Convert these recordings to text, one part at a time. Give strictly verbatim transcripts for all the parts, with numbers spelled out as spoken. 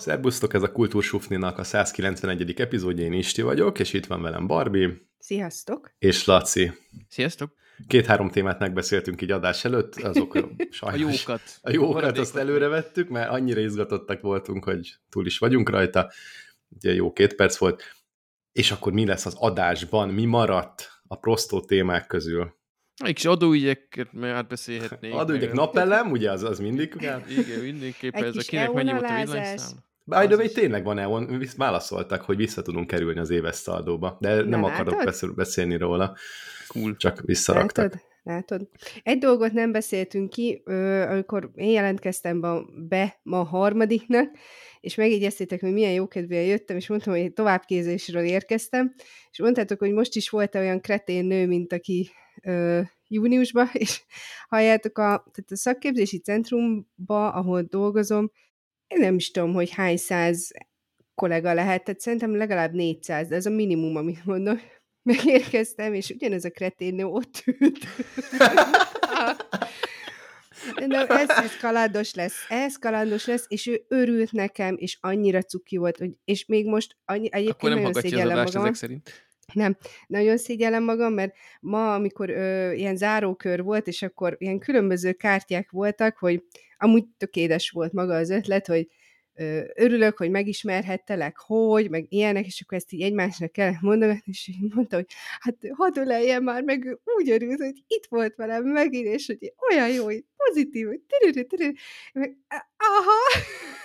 Szerbusztok, ez a Kultúrsufninak a százkilencvenegyedik epizódja, én Isti vagyok, és itt van velem Barbie. Sziasztok! És Laci. Sziasztok! Két-három témát megbeszéltünk így adás előtt, azok sajnos... a jókat. A jókat azt előre vettük, mert annyira izgatottak voltunk, hogy túl is vagyunk rajta. Ugye jó két perc volt. És akkor mi lesz az adásban? Mi maradt a prostó témák közül? Egy kis adóügyeket meg átbeszélhetnénk. Adóügyek napelem, ugye az, az mindig kell. Igen, mindenképpen egy ez a kis kinek mennyi volt a villanyszám. By the way, tényleg van e válaszoltak, hogy vissza tudunk kerülni az éves szaldóba, de nem, nem akarok beszél, beszélni róla. Cool. Csak visszaraktak. Látod? Látod? Egy dolgot nem beszéltünk ki, amikor én jelentkeztem be ma a harmadiknak, és megígyeztétek, hogy milyen jókedvűen jöttem, és mondtam, hogy továbbképzésről érkeztem, és mondtátok, hogy most is volt olyan kretén nő, mint aki ö, júniusban, és halljátok, a, tehát a szakképzési centrumba, ahol dolgozom, én nem is tudom, hogy hány száz kollega lehet, tehát szerintem legalább négyszáz, de ez a minimum, amit mondom. Megérkeztem, és ugyanez a kreténnő ott ült. De ez, ez kalandos lesz, ez kalandos lesz, és ő örült nekem, és annyira cuki volt, hogy, és még most annyi, egyébként akkor nem nagyon szégyellem magam. ezek szerint. Nem, nagyon szégyellem magam, mert ma, amikor ö, ilyen zárókör volt, és akkor ilyen különböző kártyák voltak, hogy amúgy tök édes volt maga az ötlet, hogy ö, örülök, hogy megismerhettelek, hogy, meg ilyenek, és akkor ezt így egymásnak kellett mondogatni, és így mondta, hogy hát hadd öleljen már, meg ő úgy örült, hogy itt volt velem megint, és hogy olyan jó, hogy pozitív, hogy türürü, türürü, meg aha!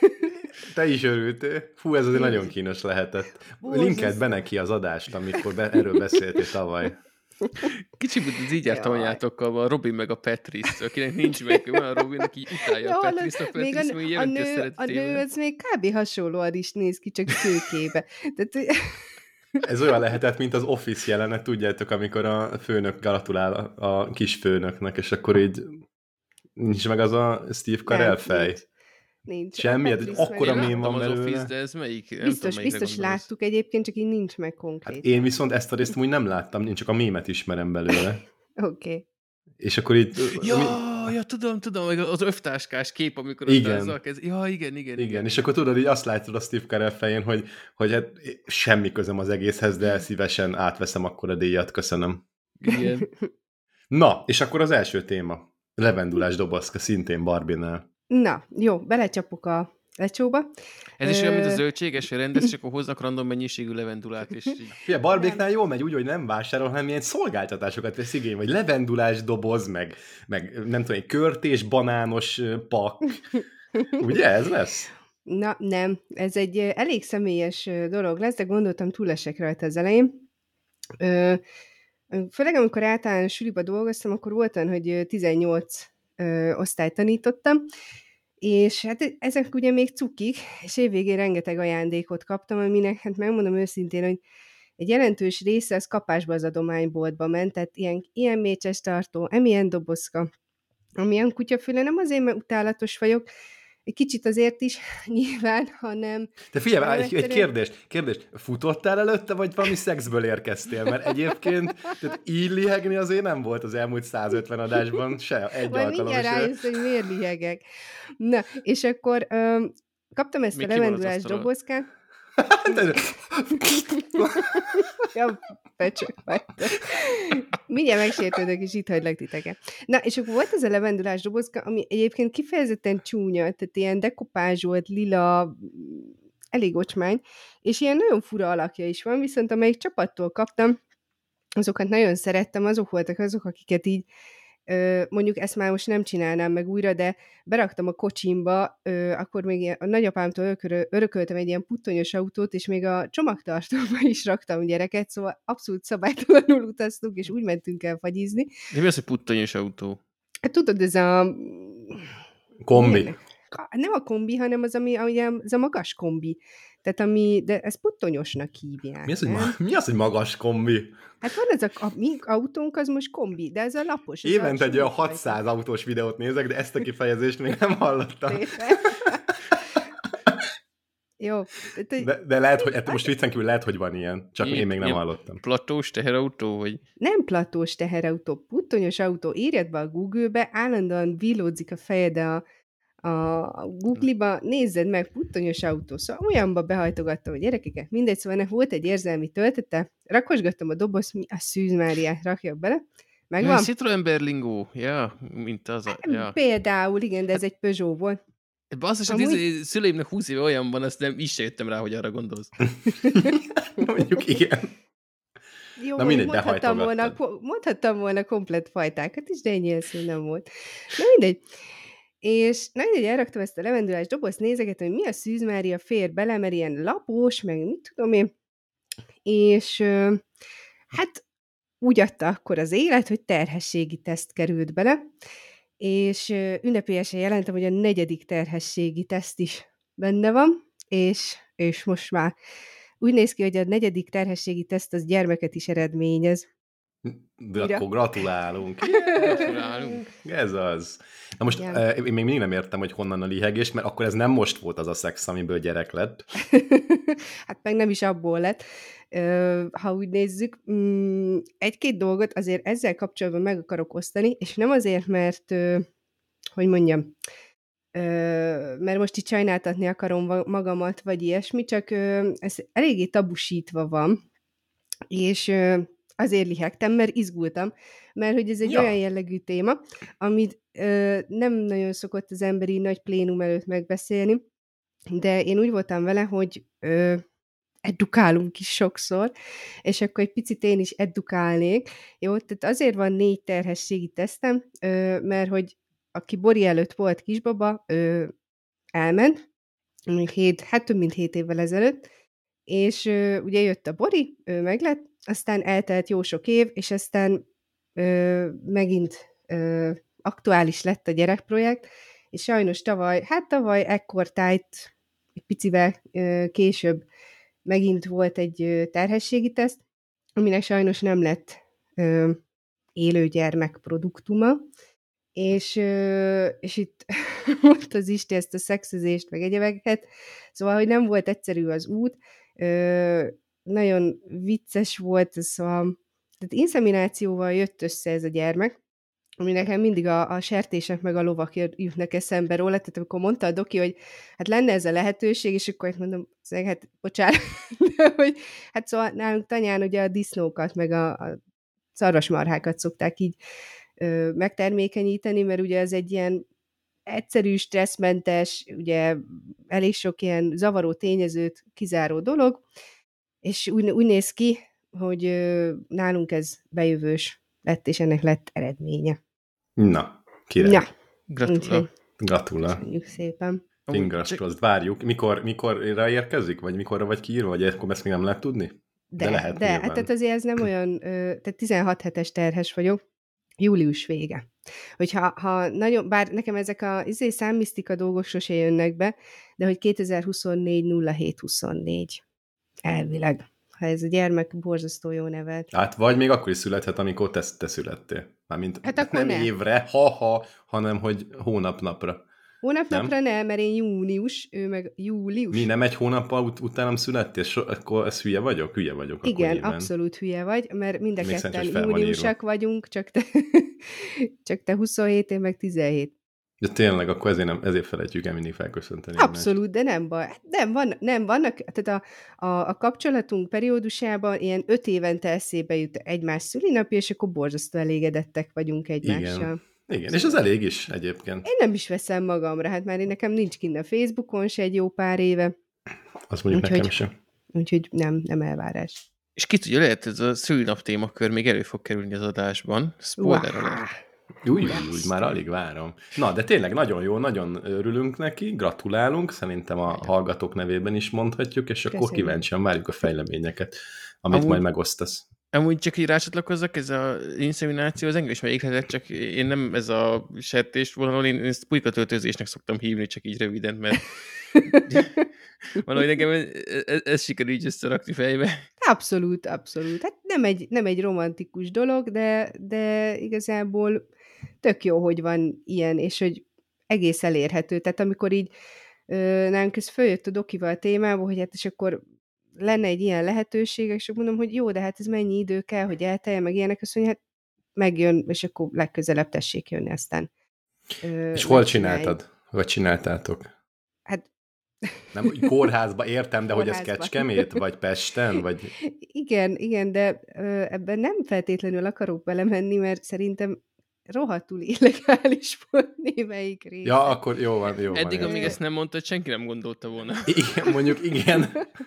Te is örültél? Fú, ez azért nagyon kínos lehetett. Linkeld be neki az adást, amikor be, erről beszéltél tavaly. Kicsit az így járt anyátokkal, a Robin meg a Patrice, akinek nincs meg, van a Robin, aki utálja ja, a Patrice, a Patrice még jelenti a szeretetében. A nő az még kb. Hasonlóan is néz ki, csak szőkébe. Tehát, ez olyan lehetett, mint az Office jelenet, tudjátok, amikor a főnök gratulál a, a kis főnöknek, és akkor így nincs meg az a Steve Carell fej. Nincs. Nincs. Semmi, hát akkora mém van belőle. Office, de ez melyik? Nem biztos, tudom, biztos láttuk egyébként, csak így nincs meg konkrét. Hát én viszont ezt a részt úgy nem láttam, én csak a mémet ismerem belőle. Oké. Okay. És akkor itt... Ja, mi... ja, tudom, tudom, az öftáskás kép, amikor igen. azzal kezd. Ja, igen, igen, igen. Igen, és akkor tudod, így azt látod a Steve Carell fején, hogy, hogy hát semmi közöm az egészhez, de szívesen átveszem akkor a díjat, köszönöm. Igen. Na, és akkor az első téma. Levendulás dobozka, szintén Barbie-nál. Na, jó, belecsapok a lecsóba. Ez is olyan, mint a zöldséges, hogy rendez, csak akkor hoznak random mennyiségű levendulát, és így... Fia, Barbie-knál jól megy úgy, hogy nem vásárol, hanem ilyen szolgáltatásokat vesz igény, vagy levendulás doboz, meg, meg nem tudom, egy körtés, banános pak. Ugye ez lesz? Na, nem. Ez egy elég személyes dolog lesz, de gondoltam, túlesek rajta az elején. Ö, főleg, amikor általános suliba dolgoztam, akkor volt olyan, hogy tizennyolc ö, osztályt tanítottam, és hát ezek ugye még cukik, és évvégén rengeteg ajándékot kaptam, aminek, hát megmondom őszintén, hogy egy jelentős része az kapásba az adományboltba ment, tehát ilyen, ilyen mécses tartó, emilyen dobozka, amilyen kutyafüle, nem azért, mert utálatos vagyok, egy kicsit azért is, nyilván, hanem... Te figyelj, egy, egy kérdés, kérdés, futottál előtte, vagy valami szexből érkeztél? Mert egyébként tehát így lihegni azért nem volt az elmúlt százötven adásban se, egy majd alkalom mindjárt rájössz, hogy miért lihegek. Na, és akkor öm, kaptam ezt még a levendulás dobozkát. Ja, pecsök vagy. Mindjárt megsértődök, és itt hagylak titeket. Na, és akkor volt ez a levendulás dobozka, ami egyébként kifejezetten csúnya, tehát ilyen dekopázsolt, lila, elég ocsmány, és ilyen nagyon fura alakja is van, viszont amelyik csapattól kaptam, azokat nagyon szerettem, azok voltak azok, akiket így mondjuk ezt már most nem csinálnám meg újra, de beraktam a kocsimba, akkor még a nagyapámtól örököltem egy ilyen puttonyos autót, és még a csomagtartóba is raktam gyereket, szóval abszolút szabálytalanul utaztunk, és úgy mentünk el fagyizni. De mi az, hogy puttonyos autó? Hát tudod, ez a... Kombi. Milyen? Nem a kombi, hanem az, ami, ami az a magas kombi. Tehát ami, de ezt puttonyosnak hívják. Mi az, hogy, ma- mi az, hogy magas kombi? Hát van ez a, a mi autónk, az most kombi, de ez a lapos. Évente egy olyan hatszáz autós videót nézek, de ezt a kifejezést még nem hallottam. Jó. De, de lehet, hogy most viccen kívül lehet, hogy van ilyen, csak én, én még nem hallottam. Platós teherautó, vagy? Nem platós teherautó, puttonyos autó. Írjad be a Google-be, állandóan villódzik a fejed a, a Google-ba, nézzed meg, puttonyos autó, szóval olyanba behajtogattam a gyerekeket, mindegy, szóval ennek volt egy érzelmi töltete, rakosgattam a doboz, mi a Szűz Máriát rakjak bele, megvan? Ja, Citroen Berlingo, ja, mint az a, ja. Például, igen, de ez egy Peugeot volt. Basszus, hogy Amúgy... szüleimnek húsz éve olyan van, azt nem is se jöttem rá, hogy arra gondolsz. Mondjuk igen. Jó, na mindegy, mondhattam volna, mondhattam volna komplet fajtákat is, de ennyi esző nem volt. Na mindegy. És na mindegy, elraktam ezt a levendulás dobozt, nézegetem, hogy mi a Szűz Mária fér bele, mert ilyen lapos, meg mit tudom én. És hát úgy adta akkor az élet, hogy terhességi teszt került bele, és ünnepélyesen jelentem, hogy a negyedik terhességi teszt is benne van, és, és most már úgy néz ki, hogy a negyedik terhességi teszt az gyermeket is eredményez. De Ura? Akkor gratulálunk. Gratulálunk. Ez az. Na most uh, én még mindig nem értem, hogy honnan a lihegés, mert akkor ez nem most volt az a szex, amiből gyerek lett. Hát meg nem is abból lett, uh, ha úgy nézzük. Um, egy-két dolgot azért ezzel kapcsolatban meg akarok osztani, és nem azért, mert, uh, hogy mondjam, uh, mert most itt sajnáltatni akarom magamat, vagy ilyesmi, csak uh, ez eléggé tabusítva van, és uh, azért lihegtem, mert izgultam, mert hogy ez egy ja. olyan jellegű téma, amit ö, nem nagyon szokott az emberi nagy plénum előtt megbeszélni, de én úgy voltam vele, hogy ö, edukálunk is sokszor, és akkor egy picit én is edukálnék. Jó, tehát azért van négy terhességi tesztem, ö, mert hogy aki Bori előtt volt kisbaba, ö, elment, hét, hát több mint hét évvel ezelőtt, és ö, ugye jött a Bori, ő meglett, aztán eltelt jó sok év, és aztán ö, megint ö, aktuális lett a gyerekprojekt, és sajnos tavaly, hát tavaly ekkortájt egy picivel ö, később megint volt egy ö, terhességi teszt, aminek sajnos nem lett ö, élő gyermek produktuma, és, ö, és itt mondta az Isti ezt a szexezést, meg egyebeket, szóval, hogy nem volt egyszerű az út, ö, nagyon vicces volt, szóval, tehát inszeminációval jött össze ez a gyermek, ami nekem mindig a, a sertések meg a lovak jutnak eszembe róla, tehát amikor mondta a doki, hogy hát lenne ez a lehetőség, és akkor mondom, hát bocsánat, de hogy hát szóval nálunk tanyán ugye a disznókat, meg a, a szarvasmarhákat szokták így ö, megtermékenyíteni, mert ugye ez egy ilyen egyszerű, stresszmentes, ugye elég sok ilyen zavaró tényezőt kizáró dolog, és úgy, úgy néz ki, hogy ö, nálunk ez bejövős lett, és ennek lett eredménye. Na, király. Na. Gratulál. Gratulál. Köszönjük szépen. Fingers crossed, várjuk. Mikor, mikor ráérkezik? Vagy mikorra vagy kiírva? Vagy akkor ezt még nem lehet tudni? De, de lehet de, hát tehát azért ez nem olyan, tehát tizenhat hetes terhes vagyok, július vége. Hogyha ha nagyon, bár nekem ezek a izé, számmisztika dolgok sose jönnek be, de hogy kétezer-huszonnégy nulla hét huszonnégy elvileg. Ha ez a gyermek borzasztó jó nevelt. Hát vagy még akkor is születhet, amikor te, te születtél. Mármint hát nem ne. évre, ha-ha, hanem hogy hónap-napra. Hónap-napra nem? ne, mert én június, ő meg július. Mi, nem egy hónappal ut- utánam születtél? So, akkor ez hülye vagyok? Hülye vagyok. Igen, abszolút hülye vagy, mert mind a még ketten júniusak vagyunk, csak te, csak te huszonhét, én meg tizenhét. De tényleg, akkor ezért, nem, ezért felejtjük el mindig felköszönteni. Abszolút, de nem baj. Nem, van, nem vannak, tehát a, a, a kapcsolatunk periódusában ilyen öt évente eszébe jut egymás szülinapja, és akkor borzasztó elégedettek vagyunk egymással. Igen. Igen, és az elég is egyébként. Én nem is veszem magamra, hát már én nekem nincs kint a Facebookon se egy jó pár éve. Azt mondjuk úgyhogy, nekem sem. Úgyhogy nem, nem elvárás. És ki tudja, lehet ez a szülinap témakör még elő fog kerülni az adásban. Spoiler alert. Úgy, úgy, már alig várom. Na, de tényleg nagyon jó, nagyon örülünk neki, gratulálunk, szerintem a hallgatók nevében is mondhatjuk, és akkor Köszönöm. kíváncsian várjuk a fejleményeket, amit Amúgy... majd megosztasz. Amúgy csak így rácsatlakozzak, ez az inszemináció, az engem is megékletett, csak én nem ez a sertés vonalon, én ezt pulykatöltözésnek szoktam hívni, csak így röviden, mert valahogy nekem ez, ez, ez sikerül így összerakni fejbe. Abszolút, abszolút. Hát nem egy, nem egy romantikus dolog, de, de igazából tök jó, hogy van ilyen, és hogy egész elérhető. Tehát amikor így nálunk ez följött a dokival a témából, hogy hát és akkor lenne egy ilyen lehetőség, és akkor mondom, hogy jó, de hát ez mennyi idő kell, hogy eltelje, meg ilyenek, azt mondja, hát megjön, és akkor legközelebb tessék jönni aztán. És hol csináltad? Vagy csináltátok? Hát... Nem, kórházba értem, de kórházba. Hogy ez Kecskemét? Vagy Pesten? Vagy... Igen, igen, de ö, ebben nem feltétlenül akarok belemenni, mert szerintem rohadtul illegális volt némelyik része. Ja, akkor jó van, jó Eddig, van. amíg ezt nem mondtad, senki nem gondolta volna. Igen, mondjuk igen.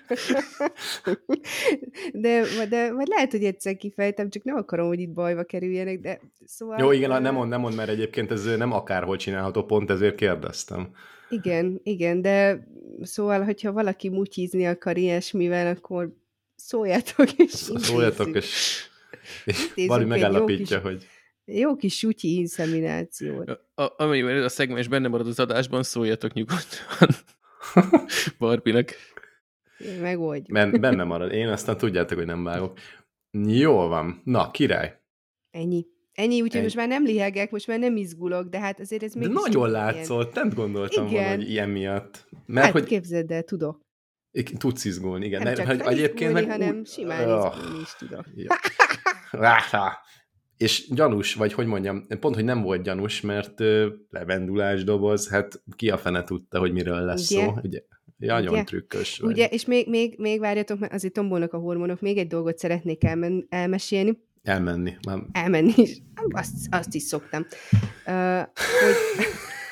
De, de majd lehet, hogy egyszer kifejtem, csak nem akarom, hogy itt bajba kerüljenek, de szóval... Jó, igen, nem mond, nem mond, mert egyébként ez nem akárhol csinálható, pont ezért kérdeztem. Igen, igen, de szóval, hogyha valaki mutyizni akar ilyesmivel, akkor szóljatok, és Szóljatok, és, és valami megállapítja, hogy... Jó kis sutyi inszeminációt. Amennyiben ez a szegmens benne marad az adásban, szóljatok nyugodtan Barbinak. Megoldjuk. Men, benne marad. Én aztán tudjátok, hogy nem vágok. Jól van. Na, király. Ennyi. Ennyi, úgyhogy most már nem lihegek, most már nem izgulok, de hát azért ez még... De nagyon látszott, nem gondoltam igen. volna, hogy ilyen miatt. Mert hát hogy... képzeld el, tudok. Tudsz izgulni, igen. Nem csak hogy egyébként meg... hanem simán oh. izgulni is tudok. És gyanús, vagy hogy mondjam, pont, hogy nem volt gyanús, mert levendulás doboz, hát ki a fene tudta, hogy miről lesz ugye? Szó. Ugye? Ja, nagyon ugye? Trükkös. Vagy. Ugye, és még, még, még várjatok, mert azért tombolnak a hormonok, még egy dolgot szeretnék elmen, elmesélni. Elmenni. Már... Elmenni is. Azt, azt is szoktam. Uh, hogy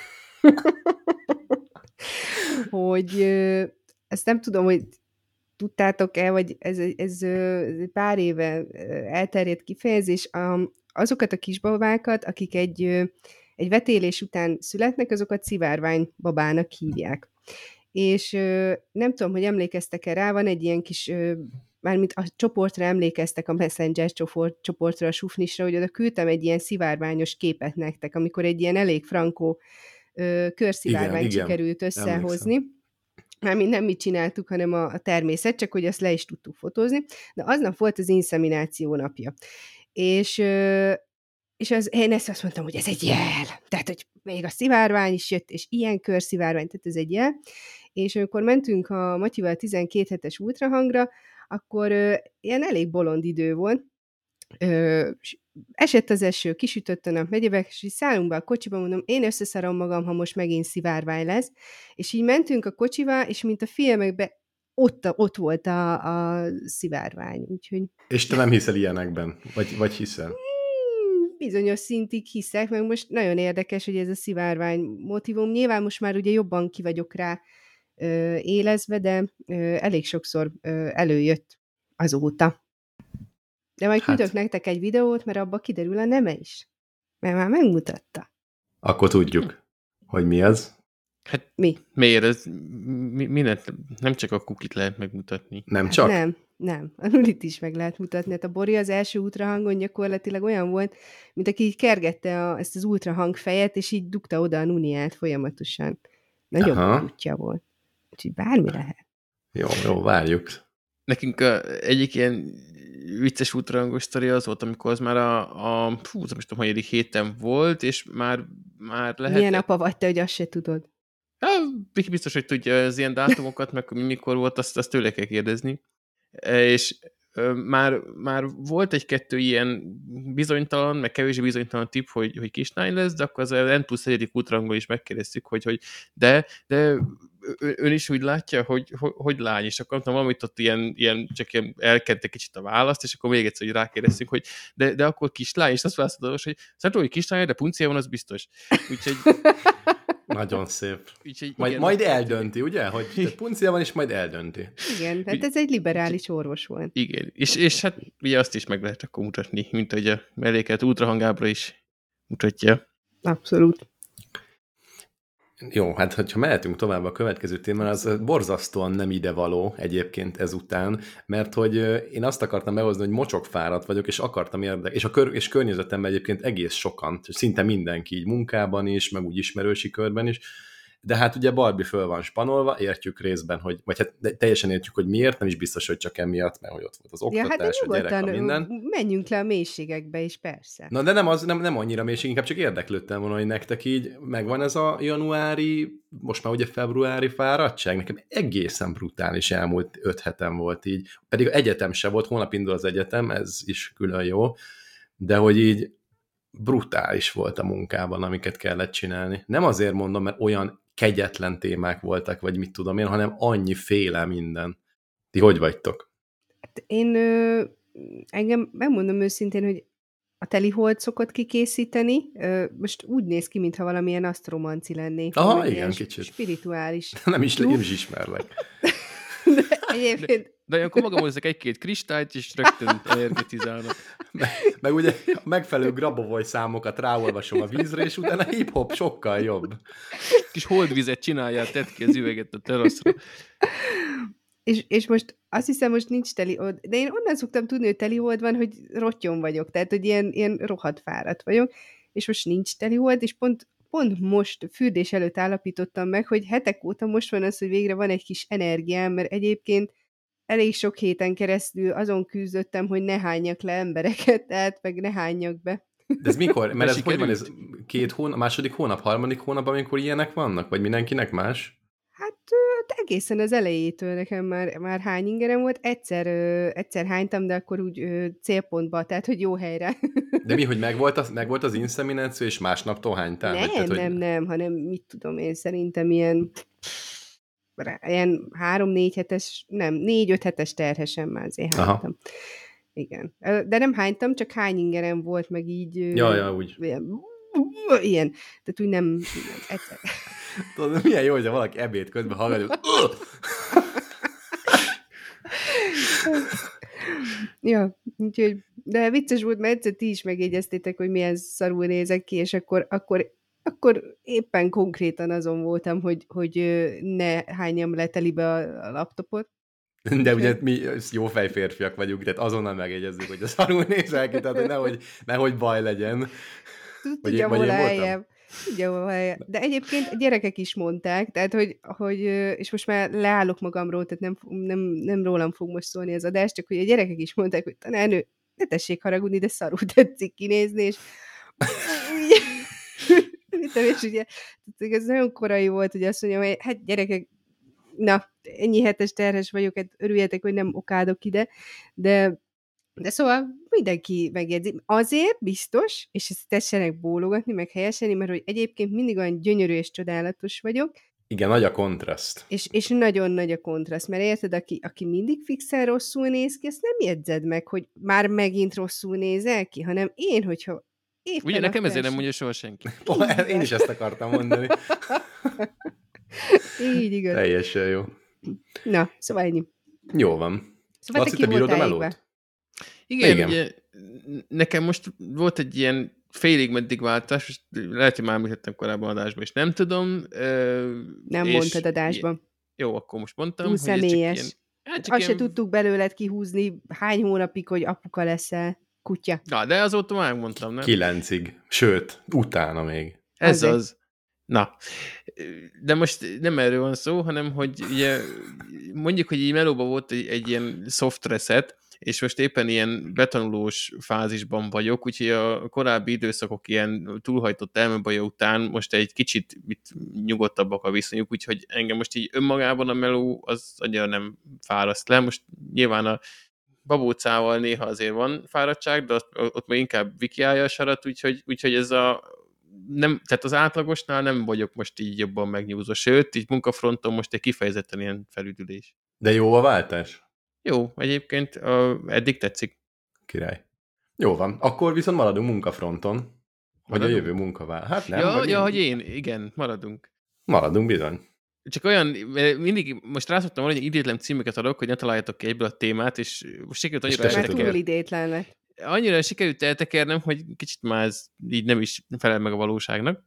hogy uh, ezt nem tudom, hogy tudtátok-e, vagy ez, ez, ez pár éve elterjedt kifejezés, azokat a kisbabákat, akik egy, egy vetélés után születnek, azokat szivárvány babának hívják. És nem tudom, hogy emlékeztek-e rá, van egy ilyen kis, mármint a csoportra emlékeztek, a Messenger csoport, csoportra, a Sufnisra, hogy oda küldtem egy ilyen szivárványos képet nektek, amikor egy ilyen elég frankó körszivárványt sikerült összehozni. Emlékszem. Mármint nem mit csináltuk, hanem a, a természet, csak hogy azt le is tudtuk fotózni, de aznap volt az inszemináció napja. És, és az, én ezt azt mondtam, hogy ez egy jel. Tehát, hogy még a szivárvány is jött, és ilyen körszivárvány, tehát ez egy jel. És amikor mentünk a Matyival tizenkét hetes ultrahangra, akkor ö, ilyen elég bolond idő volt. Ö, esett az eső, kisütött a nap, megyébe, és így szállunk be a kocsiba, mondom, én összeszarom magam, ha most megint szivárvány lesz. És így mentünk a kocsival, és mint a filmekben, ott, ott volt a, a szivárvány. Úgyhogy... És te nem hiszel ilyenekben? Vagy, vagy hiszel? Hmm, bizonyos szintig hiszek, meg most nagyon érdekes, hogy ez a szivárvány motivum. Nyilván most már ugye jobban ki vagyok rá ö, élezve, de ö, elég sokszor ö, előjött azóta. De majd küldök hát. nektek egy videót, mert abba kiderül a neme is. Mert már megmutatta. Akkor tudjuk, hogy mi az. Hát mi? Miért? Ez, mi, mindent, nem csak a kukit lehet megmutatni. Nem csak? Hát nem, nem. A nulit is meg lehet mutatni. Hát a Bori az első ultrahangon gyakorlatilag olyan volt, mint aki így kergette a, ezt az ultrahang fejet, és így dugta oda a nuniát folyamatosan. Nagyon kutya volt. Úgyhogy bármi lehet. Jó, jó, várjuk. Nekünk a, egyik ilyen vicces ultrahangos sztori az volt, amikor az már a, a fú, nem tudom, hanyadik héten volt, és már, már lehet... Milyen apa vagy te, hogy azt se tudod? Ja, biztos, hogy tudja az ilyen dátumokat, meg mikor volt, azt, azt tőle kell kérdezni. És már, már volt egy-kettő ilyen bizonytalan, meg kevésbé bizonytalan tipp, hogy, hogy kislány lesz, de akkor az N plusz egyedik ultrahangban is megkérdeztük, hogy, hogy de, de ön is úgy látja, hogy, hogy, hogy lány, és akkor nem valamit ott ilyen, ilyen, csak ilyen elkente kicsit a választ, és akkor még egyszer, hogy rákérdeztünk, hogy de, de akkor kislány, és azt választod, hogy szerintem, hogy kislány, de puncia van, az biztos. Úgyhogy... Nagyon szép. Úgyhogy, majd, igen, majd eldönti, ugye? Hogy puncia van, és majd eldönti. Igen, tehát ez egy liberális orvos volt. Igen, és, és hát ugye azt is meg lehet akkor mutatni, mint hogy a melléket ultrahangábra is mutatja. Abszolút. Jó, hát hogyha mehetünk tovább a következő témára, az borzasztóan nem idevaló egyébként ezután, mert hogy én azt akartam behozni, hogy mocsokfáradt vagyok, és akartam érdekes, és a kör, és környezetemben egyébként egész sokan, szinte mindenki így munkában is, meg úgy ismerősi körben is, de hát ugye Barbie föl van spanolva, értjük részben, hogy, vagy hát teljesen értjük, hogy miért, nem is biztos, hogy csak emiatt, mert hogy ott volt az oktatás, ja, hát a gyerek, a minden. Menjünk le a mélységekbe is, persze. Na de nem, az, nem, nem annyira mélység, inkább csak érdeklődtem volna, hogy nektek így megvan ez a januári, most már ugye februári fáradtság, nekem egészen brutális elmúlt öt hetem volt így, pedig egyetem se volt, holnap indul az egyetem, ez is külön jó, de hogy így brutális volt a munkában, amiket kellett csinálni. Nem azért mondom, mert olyan kegyetlen témák voltak, vagy mit tudom én, hanem annyi féle minden. Ti hogy vagytok? Hát én ö, engem megmondom őszintén, hogy a telihold szokott kikészíteni, ö, most úgy néz ki, mintha valamilyen asztromanci lennék. Aha, valamilyen igen, sp- kicsit. Spirituális. Nem is, tyúk. nem is ismerlek. De egyébként De olyankor magamhoz ezek egy-két kristályt, és rögtön energetizálnak. Meg, meg ugye a megfelelő Grabovoi számokat ráolvasom a vízre, és utána hip-hop sokkal jobb. Kis holdvizet csináljál, tedd ki az üveget a teraszra. És, és most azt hiszem, most nincs telihold, de én onnan szoktam tudni, hogy telihold van, hogy rottyon vagyok, tehát, hogy ilyen, ilyen rohadt fáradt vagyok, és most nincs telihold, és pont, pont most fürdés előtt állapítottam meg, hogy hetek óta most van az, hogy végre van egy kis energiám, mert egyébként elég sok héten keresztül azon küzdöttem, hogy ne hányjak le embereket, tehát meg ne hányjak be. De ez mikor? Mert ez hogy van, ez sikerült? két hónap, második hónap, harmadik hónap, amikor ilyenek vannak? Vagy mindenkinek más? Hát ö, egészen az elejétől nekem már, már hány ingerem volt, egyszer, ö, egyszer hánytam, de akkor úgy ö, célpontba, tehát hogy jó helyre. De mi, hogy megvolt az, megvolt az inszemináció, és másnaptól hánytál? Nem, Vagy, tehát, nem, hogy... nem, hanem mit tudom én, szerintem ilyen ilyen három-négy hetes, nem, négy-öt hetes terhesen már azért Aha. hánytam. Igen. Ö, De nem hánytam, csak hány ingerem volt, meg így... ö, Ja, ja, úgy. Ilyen, ilyen. Tehát úgy nem, nem egyszer. Tudod, milyen jó, hogyha valaki ebéd közben hallgatja, hogy Ja, úgyhogy, de vicces volt, mert egyszer ti is megjegyeztétek, hogy milyen szarul nézek ki, és akkor, akkor, akkor éppen konkrétan azon voltam, hogy, hogy ö, ne hányjam le telibe a, a laptopot. de ugye mi jó fejférfiak vagyunk, tehát azonnal megjegyezzük, hogy a szarul nézel ki, tehát hogy nehogy, nehogy baj legyen. Vagy Tudja, én- vagy hol én voltam? helyem. Tudja, hol helyem. De egyébként a gyerekek is mondták, tehát, hogy, hogy ö, és most már leállok magamról, tehát nem, nem, nem rólam fog most szólni az adás, csak hogy a gyerekek is mondták, hogy tanárnő, ne tessék haragudni, de szarul tetszik kinézni, és Mit és ugye, ez nagyon korai volt, hogy azt mondjam, hogy hát gyerekek, na, ennyi hetes terhes vagyok, hát örüljetek, hogy nem okádok ide, de, de szóval mindenki megjegyzi. Azért biztos, és ezt tessenek bólogatni, meg helyeseni, mert hogy egyébként mindig olyan gyönyörű és csodálatos vagyok, Igen, nagy a kontraszt. és, és nagyon nagy a kontraszt, mert érted, aki, aki mindig fixen rosszul néz ki, ezt nem jegyzed meg, hogy már megint rosszul nézel ki, hanem én, hogyha éppen Ugye nekem a ezért nem felső- mondja soha senki. Oh, én is ezt akartam mondani. Így igaz. Teljesen jó. Na, szóval ennyi. Jó van. Szóval Azt te ki hitte, bírod a voltál melót? égve? Igen, Igen. ugye nekem most volt egy ilyen félig meddig váltás, és lehet, hogy már említettem korábban adásban, és nem tudom. ö, Nem és mondtad adásban. Jó, akkor most mondtam. Túl hogy ez csak személyes. ilyen- hát Hát csak azt se ilyen- tudtuk belőled kihúzni hány hónapig, hogy apuka leszel, kutya. Na, de azóta már mondtam, nem? Kilencig. Sőt, utána még. Ez Azért. az. Na, de most nem erről van szó, hanem hogy ugye mondjuk, hogy így melóban volt egy, egy ilyen soft reset, és most éppen ilyen betanulós fázisban vagyok, úgyhogy a korábbi időszakok ilyen túlhajtott elmebaja után most egy kicsit mit nyugodtabbak a viszonyuk, úgyhogy engem most így önmagában a meló az annyira nem fáraszt le. Most nyilván a babócával néha azért van fáradtság, de ott, ott még inkább vikiálja a sarat, úgyhogy, úgyhogy ez a nem, tehát az átlagosnál nem vagyok most így jobban megnyúzva, sőt, így munkafronton most egy kifejezetten ilyen felüdülés. De jó a váltás? Jó, egyébként uh, eddig tetszik. Király. Jó van. Akkor viszont maradunk munkafronton. Hogy Maradunk? a jövő munkavál. Hát nem, Ja, vagy ja, mi? hogy én, igen, maradunk. Maradunk bizony. Csak olyan, mert mindig, most rá szoktam mondani, hogy idétlen címeket adok, hogy ne találjátok ki egyből a témát, és most sikerült És annyira te se Már tudod. túl eltekernem. idétlen lett. Annyira sikerült eltekernem, hogy kicsit már ez így nem is felel meg a valóságnak.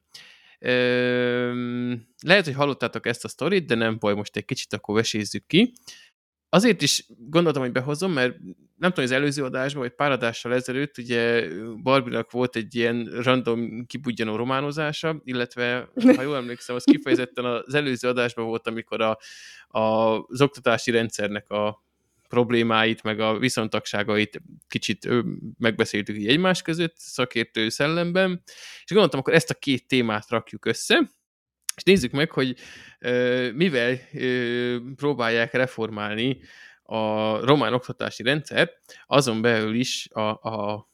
Ö, lehet, hogy hallottátok ezt a sztorit, de nem baj, most egy kicsit akkor vesézzük ki. Azért is gondoltam, hogy behozom, mert nem tudom, az előző adásban, vagy pár adással ezelőtt, ugye Barbinak volt egy ilyen random kibudjanó románozása, illetve, ha jól emlékszem, az kifejezetten az előző adásban volt, amikor a, a, az oktatási rendszernek a problémáit, meg a viszontagságait kicsit ö, megbeszéltük így egymás között, szakértő szellemben, és gondoltam, akkor ezt a két témát rakjuk össze, és nézzük meg, hogy ö, mivel ö, próbálják reformálni a román oktatási rendszert, azon belül is a, a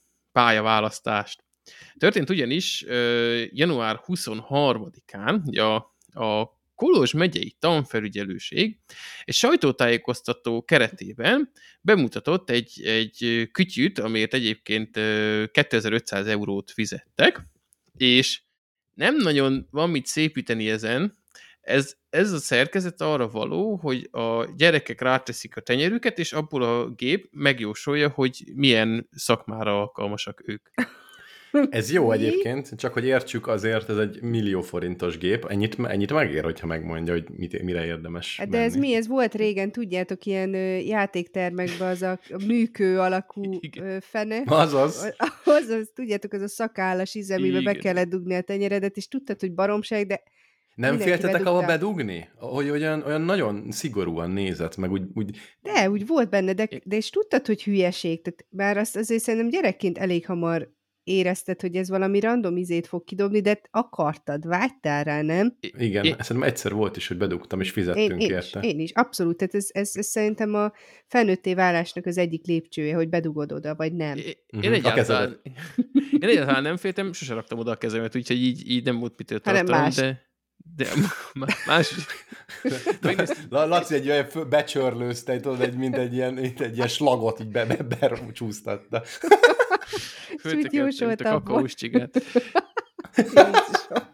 pályaválasztást. Történt ugyanis ö, január huszonharmadikán, ugye a, a Kolozs megyei tanfelügyelőség egy sajtótájékoztató keretében bemutatott egy, egy kütyűt, amiért egyébként kétezer-ötszáz eurót fizettek, és nem nagyon van mit szépíteni ezen. Ez, ez a szerkezet arra való, hogy a gyerekek ráteszik a tenyerüket, és abból a gép megjósolja, hogy milyen szakmára alkalmasak ők. Ez jó egyébként, csak hogy értsük, azért ez egy millió forintos gép. Ennyit, ennyit megér, hogyha megmondja, hogy mit, mire érdemes De ez menni. mi? Ez volt régen, tudjátok, ilyen ö, játéktermekben az a műkő alakú ö, fene. Azaz. Azaz, tudjátok, az a szakállas íze, amiben be Igen. kellett dugni a tenyeredet, és tudtad, hogy baromság, de Nem mindenki féltetek abba bedugta. bedugni? Hogy olyan, olyan nagyon szigorúan nézett, meg úgy... úgy... De, úgy volt benne, de, de és tudtad, hogy hülyeség. Tehát bár azt azért szerintem gyerekként elég hamar érezted, hogy ez valami random izét fog kidobni, de akartad, vágytál rá, nem? Igen, Én- szerintem egyszer volt is, hogy bedugtam, és Én, fizettünk én, is, érte. én is, abszolút. Tehát ez, ez, ez szerintem a felnőtté válásnak az egyik lépcsője, hogy bedugod oda, vagy nem. Én, Mhm, én, a egyáltalán, én egyáltalán nem féltem, sose raktam oda a kezemet, úgyhogy így, így nem volt mitől Hanem tartanom, más. de, de más... Megnéztem- La- Laci egy olyan fő- becsörlőzte, tudod, egy, mint egy ilyen, mint egy ilyen slagot így be, be, becsúsztatta. Föltekertem, mint jósoltam a kakaós csigát. Jézusom.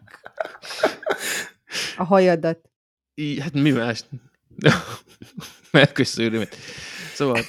A hajadat. Így, hát mi más? Megköszönöm. Szóval,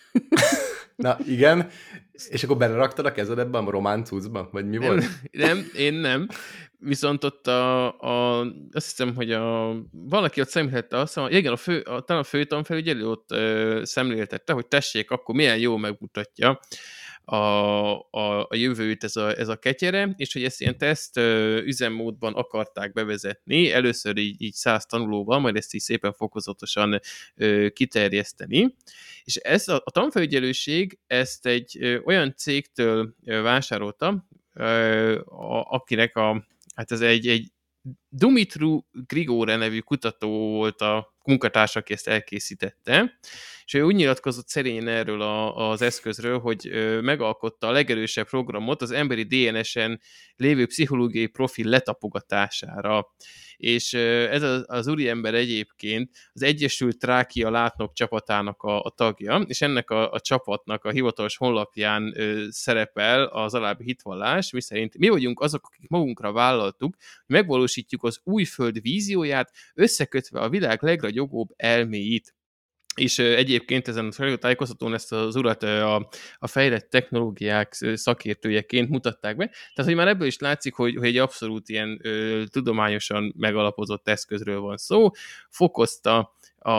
Na igen, és akkor beleraktad a kezed ebbe a román cuccba? Vagy mi nem, volt? nem, én nem. Viszont ott a, a, azt hiszem, hogy a, valaki ott szemléltette azt, hogy igen, a fő, a, talán a főtanfelügyelő ott ö, szemléltette, hogy tessék, akkor milyen jól megmutatja a, a, a jövőt ez a, ez a ketyere, és hogy ezt ilyen teszt ö, üzemmódban akarták bevezetni, először így, így száz tanulóval, majd ezt így szépen fokozatosan ö, kiterjeszteni. És ez a, a tanfelügyelőség ezt egy ö, olyan cégtől ö, vásárolta, ö, a, akinek a, hát ez egy, egy Dumitru Grigore nevű kutató volt a munkatárs, aki ezt elkészítette, és ő úgy nyilatkozott szerényen erről a, az eszközről, hogy ö, megalkotta a legerősebb programot az emberi dé en es-en lévő pszichológiai profil letapogatására. És ö, ez az, az úriember egyébként az Egyesült Trákia Látnok csapatának a, a tagja, és ennek a, a csapatnak a hivatalos honlapján ö, szerepel az alábbi hitvallás, miszerint mi vagyunk azok, akik magunkra vállaltuk, hogy megvalósítjuk az újföld vízióját, összekötve a világ legragyogóbb elméit. És ö, egyébként ezen a sajtótájékoztatón ezt az urat ö, a, a fejlett technológiák ö, szakértőjeként mutatták be. Tehát, hogy már ebből is látszik, hogy, hogy egy abszolút ilyen ö, tudományosan megalapozott eszközről van szó. Fokozta a,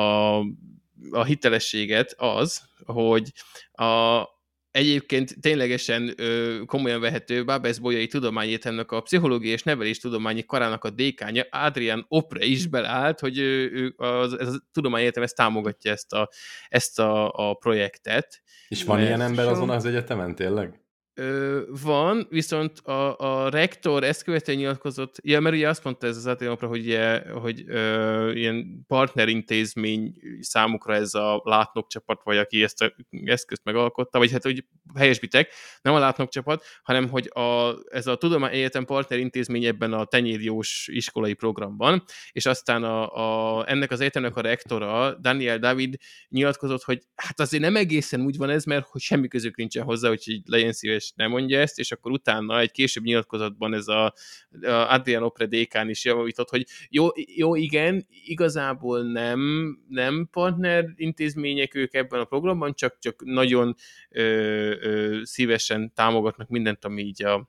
a hitelességet az, hogy a egyébként ténylegesen ö, komolyan vehető Babes Bolyai Tudományegyetemnek a Pszichológiai és Neveléstudományi Karának a dékánja, Adrian Opre is beleállt, hogy ő, ő az, ez a tudományegyetem ezt támogatja ezt a, ezt a, a projektet. És van Mert ilyen ember so- azon az egyetemen, tényleg? Ö, van, viszont a, a rektor ezt követően nyilatkozott, ja, mert ugye azt mondta ez az Adrian Opre, hogy, ugye, hogy ö, ilyen partnerintézmény számukra ez a Látnok csapat, vagy aki ezt a eszközt megalkotta, vagy hát, hogy helyesbitek, nem a Látnok csapat, hanem, hogy a, ez a Tudományegyetem partnerintézmény ebben a tenyérjós iskolai programban, és aztán a, a, ennek az egyetemnek a rektora, Daniel David nyilatkozott, hogy hát azért nem egészen úgy van ez, mert hogy semmi közük nincsen hozzá, úgyhogy legyen szíves, nem mondja ezt, és akkor utána egy később nyilatkozatban ez a, a Adrian Opre dékán is javított, hogy jó, jó igen, igazából nem, nem partner intézmények ők ebben a programban, csak, csak nagyon ö, ö, szívesen támogatnak mindent, ami így a,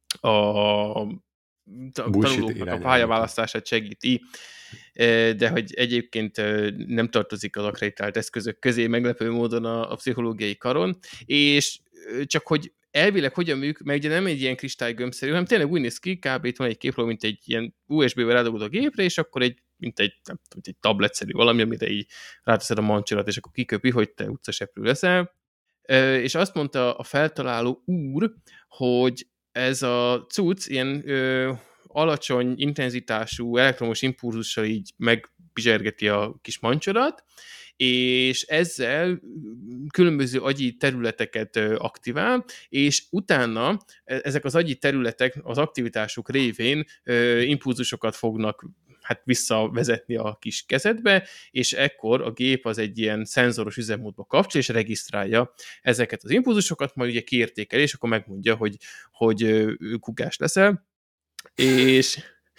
a tanulóknak a pályaválasztását segíti, de hogy egyébként nem tartozik az akkreditált eszközök közé meglepő módon a, a pszichológiai karon, és csak hogy elvileg hogyan működik, mert ugye nem egy ilyen kristálygömbszerű, hanem tényleg úgy néz ki, kb. Itt van egy képről, mint egy ilyen u es bé-vel rádugod a gépre, és akkor egy, mint egy, nem tudom, egy tabletszerű valami, amire így ráteszed a mancsolat, és akkor kiköpi, hogy te utcaseprő leszel. És azt mondta a feltaláló úr, hogy ez a cucc ilyen ö, alacsony intenzitású elektromos impulzussal így megbizsergeti a kis mancsolat, és ezzel különböző agyi területeket aktivál, és utána ezek az agyi területek az aktivitásuk révén impulzusokat fognak hát visszavezetni a kis kezedbe, és ekkor a gép az egy ilyen szenzoros üzemmódba kapcsol, és regisztrálja ezeket az impulzusokat, majd ugye kiértékel, és akkor megmondja, hogy, hogy kukás leszel, és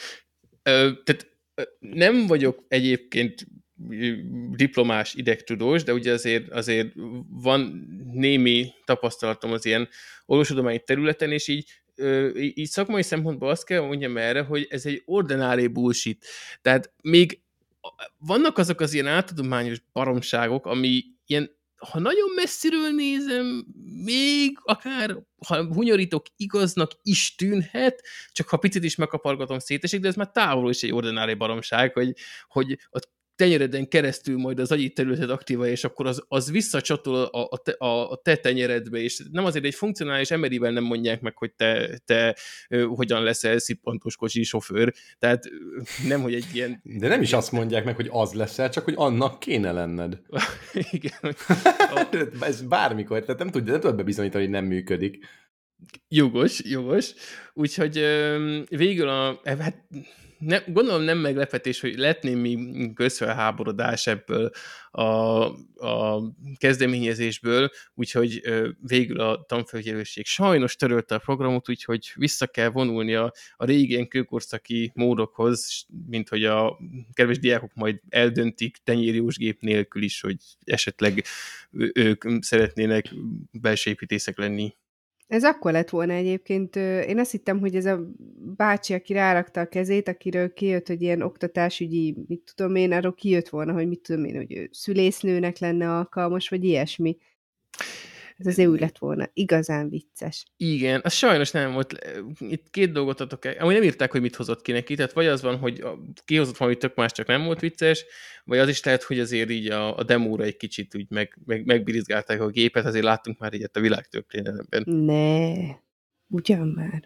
tehát nem vagyok egyébként diplomás idegtudós, de ugye azért, azért van némi tapasztalatom az ilyen orvostudományi területen, és így, így szakmai szempontból azt kell mondjam erre, hogy ez egy ordinári bullshit. Tehát még vannak azok az ilyen áltudományos baromságok, ami ilyen, ha nagyon messziről nézem, még akár, ha hunyorítok, igaznak is tűnhet, csak ha picit is megkapargatom, szétesik, de ez már távolról is egy ordinári baromság, hogy, hogy a tenyereden keresztül majd az agyi területet aktiválja, és akkor az, az visszacsatol a, a, te, a, a te tenyeredbe, és nem azért egy funkcionális emerivel nem mondják meg, hogy te, te ö, hogyan leszel szippantós kocsi sofőr, tehát nem, hogy egy ilyen... De nem is azt mondják meg, hogy az leszel, csak hogy annak kéne lenned. Igen. Ez bármikor, tehát nem tudod, nem tudod bebizonyítani, hogy nem működik. Jogos, jogos. Úgyhogy ö, végül a... Hát, ne, gondolom nem meglepetés, hogy lett némi közfelháborodás ebből a, a kezdeményezésből, úgyhogy ö, végül a tanfelügyelőség sajnos törölte a programot, úgyhogy vissza kell vonulni a, a régi ilyen kőkorszaki módokhoz, mint hogy a kedves diákok majd eldöntik tenyérjós gép nélkül is, hogy esetleg ők szeretnének belső építészek lenni. Ez akkor lett volna egyébként. Én azt hittem, hogy ez a bácsi, aki rárakta a kezét, akiről kijött, hogy ilyen oktatásügyi, mit tudom én, arról kijött volna, hogy mit tudom én, hogy ő szülésznőnek lenne alkalmas, vagy ilyesmi. Ez azért úgy lett volna. Igazán vicces. Igen, az sajnos nem volt. Itt két dolgot adok el. Amúgy nem írták, hogy mit hozott ki neki. Tehát vagy az van, hogy kihozott valami tök más, csak nem volt vicces, vagy az is lehet, hogy azért így a, a demóra egy kicsit úgy meg, meg, megbirizgálták a gépet, azért láttunk már ilyet a világtörténelemben. Ne, ugyan már.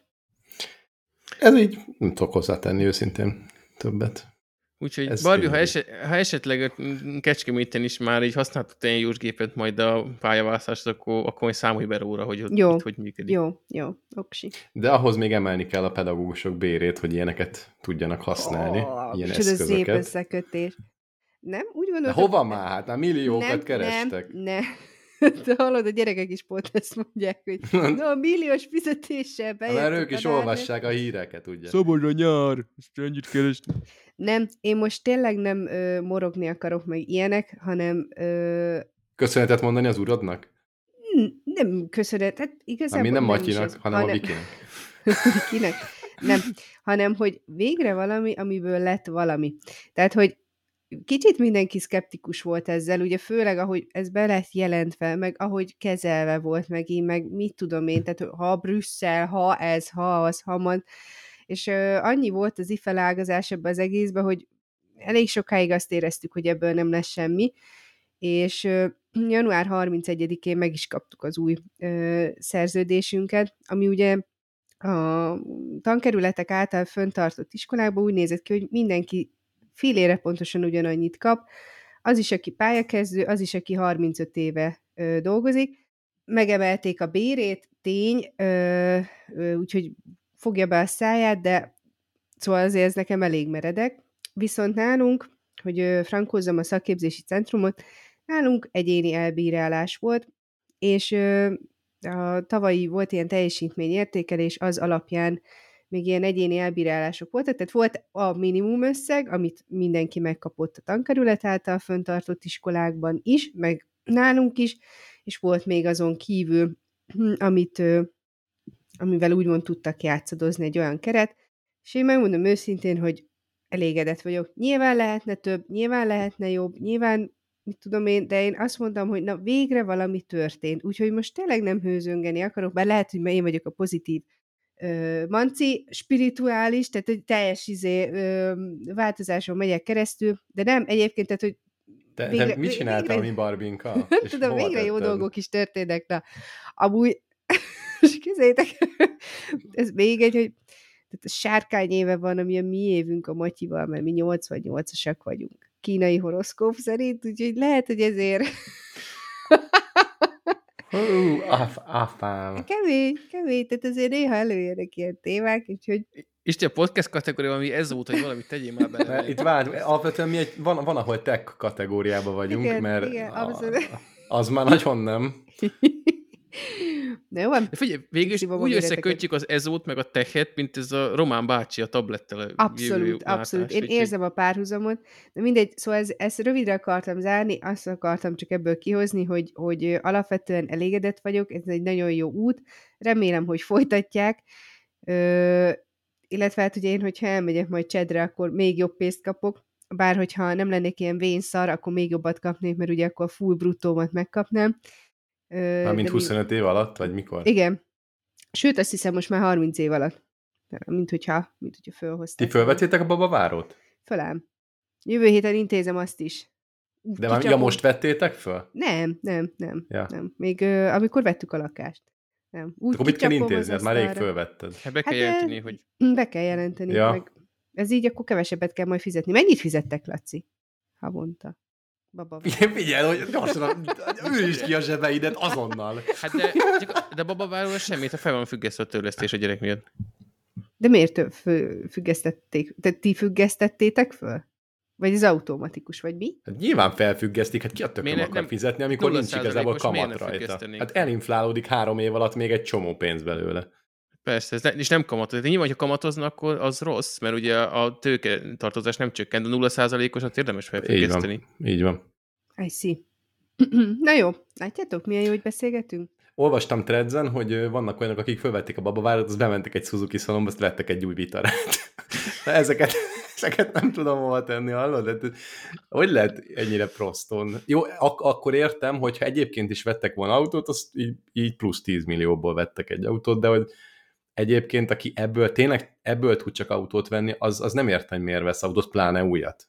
Ez így nem tudok hozzátenni őszintén többet. Úgyhogy Ez Barbie, ha, tényleg. eset, ha esetleg Kecskeméten is már így használtuk tenyérjós gépet majd a pályaválasztásra, akkor, akkor majd számolj be róla, hogy Jó, itt hogy működik. jó, jó, oksi. De ahhoz még emelni kell a pedagógusok bérét, hogy ilyeneket tudjanak használni, Oh, ilyen micsoda szép eszközöket. összekötés. Nem? Úgy De gondoltam... hova már? Hát már milliókat nem, kerestek. Nem, nem. De hallod, a gyerekek is pont ezt mondják, hogy na, a milliós fizetéssel bejöttek. Mert ők is olvassák a híreket, ugye? Szabad a nyár, és ennyit keresni. Nem, én most tényleg nem ö, morogni akarok meg ilyenek, hanem ö, Köszönetet mondani az uradnak? nem köszönet, hát igazából Ami nem nem Matyinak, is ez, hanem a Vikinek. Vikinek? Nem, hanem, hogy végre valami, amiből lett valami. Tehát, hogy kicsit mindenki szkeptikus volt ezzel, ugye főleg, ahogy ez be lett jelentve, meg ahogy kezelve volt megint, meg mit tudom én, tehát ha Brüsszel, ha ez, ha az, ha mond, és ö, annyi volt az ifelágazás ebbe az egészbe, hogy elég sokáig azt éreztük, hogy ebből nem lesz semmi, és ö, január harmincegyedikén meg is kaptuk az új ö, szerződésünket, ami ugye a tankerületek által föntartott iskolákban úgy nézett ki, hogy mindenki fillére pontosan ugyanannyit kap, az is, aki pályakezdő, az is, aki harmincöt éve ö, dolgozik. Megemelték a bérét, tény, ö, ö, úgyhogy fogja be a száját, de szóval azért ez nekem elég meredek. Viszont nálunk, hogy ö, frankózzam a szakképzési centrumot, nálunk egyéni elbírálás volt, és ö, a tavalyi volt ilyen teljesítményértékelés, az alapján még ilyen egyéni elbírálások voltak, tehát volt a minimum összeg, amit mindenki megkapott a tankerület által föntartott iskolákban is, meg nálunk is, és volt még azon kívül, amit, amivel úgymond tudtak játszadozni, egy olyan keret, és én megmondom őszintén, hogy elégedett vagyok. Nyilván lehetne több, nyilván lehetne jobb, nyilván mit tudom én, de én azt mondtam, hogy na végre valami történt, úgyhogy most tényleg nem hőzöngeni akarok, bár lehet, hogy én vagyok a pozitív ö, manci, spirituális, tehát hogy teljes izé, ö, változáson megyek keresztül, de nem, egyébként, tehát, hogy Te, végre, te mit csináltál végre, mi Barbinka? És tudom, hova végre jó tetted? dolgok is történnek, na, amúgy, és kézzétek, ez még egy, hogy tehát a sárkány éve van, ami a mi évünk a Matyival, mert mi nyolcvannyolcasak vagyunk. Kínai horoszkóp szerint, úgyhogy lehet, hogy ezért... Hú, af, afám. Kemény, kemény, tehát azért néha előjönnek ilyen témák, úgyhogy... Isten, a podcast kategória, ami ez volt, hogy valamit tegyél már bele. Mert itt várj, alapvetően mi egy, van, van, ahol tech kategóriában vagyunk, Igen, mert igen, a, abszolút. az már nagyon nem. Na jó van. De figyelj, végül is Szívom a úgy méreteket. összekötjük az ezót meg a techet, mint ez a román bácsi a tablettel. a Abszolút, jövő abszolút. látás, Én úgyhogy- érzem a párhuzamot, de mindegy, szóval ez, ezt rövidre akartam zárni, azt akartam csak ebből kihozni, hogy, hogy alapvetően elégedett vagyok, ez egy nagyon jó út, remélem, hogy folytatják, Ö, illetve hát ugye én, hogyha elmegyek majd Csedre, akkor még jobb pénzt kapok, bár hogyha nem lennék ilyen vénszar, akkor még jobbat kapnék, mert ugye akkor full bruttómat megkapnám. Ö, Mármint de mi- huszonöt év alatt, vagy mikor? Igen. Sőt, azt hiszem most már harminc év alatt. Mint hogyha, mint hogyha fölhozták. Ti fölvettétek a babavárót? Fölám. Jövő héten intézem azt is. De már, ja, Kicsapom. most vettétek föl? Nem, nem, nem. Ja. nem. Még ö, amikor vettük a lakást. Nem. Úgy Akkor mit kell kicsapom az intézned? Már rég asztalra. fölvetted. Hát be kell Hát, jelenteni, ö, hogy Be kell jelenteni. Ja. Meg ez így akkor kevesebbet kell majd fizetni. Mennyit fizettek, Laci? Havonta. Baba. Igen, figyelj, hogy gyorsan űrítsd ki a zsebeidet azonnal. hát de, csak- de babaváról semmit, ha fel van függesztve a törlesztés a gyerek miatt. De miért több fő- függesztették? Tehát ti függesztettétek föl? Vagy ez automatikus, vagy mi? Hát nyilván felfüggesztik, hát ki a tököm Miért ne- akar nem- fizetni, amikor nulla nincs igazából százalékos miért kamat ne rajta. függesztenénk? Hát elinflálódik három év alatt még egy csomó pénz belőle. Persze, ez ne, és nem kamatoz. De nyilván, ha kamatozna, akkor az rossz, mert ugye a tőke tartozás nem csökkent, de nulla százalékosat érdemes Így van. felfüggeszteni. Így van. I see. Na jó, látjátok, milyen jó, hogy beszélgetünk? Olvastam Threads-en, hogy ö, vannak olyanok, akik fölvették a babavárat, azt bementek egy Suzuki szalomba, azt vettek egy új vitarát. Na, ezeket, ezeket nem tudom hova tenni, hallod? Hát, hogy lehet ennyire proston? Jó, ak- akkor értem, hogyha egyébként is vettek volna autót, azt így, így plusz tíz millióból vettek egy autót, de hogy egyébként, aki ebből tényleg ebből tud csak autót venni, az, az nem értem, hogy miért vesz autót, pláne újat.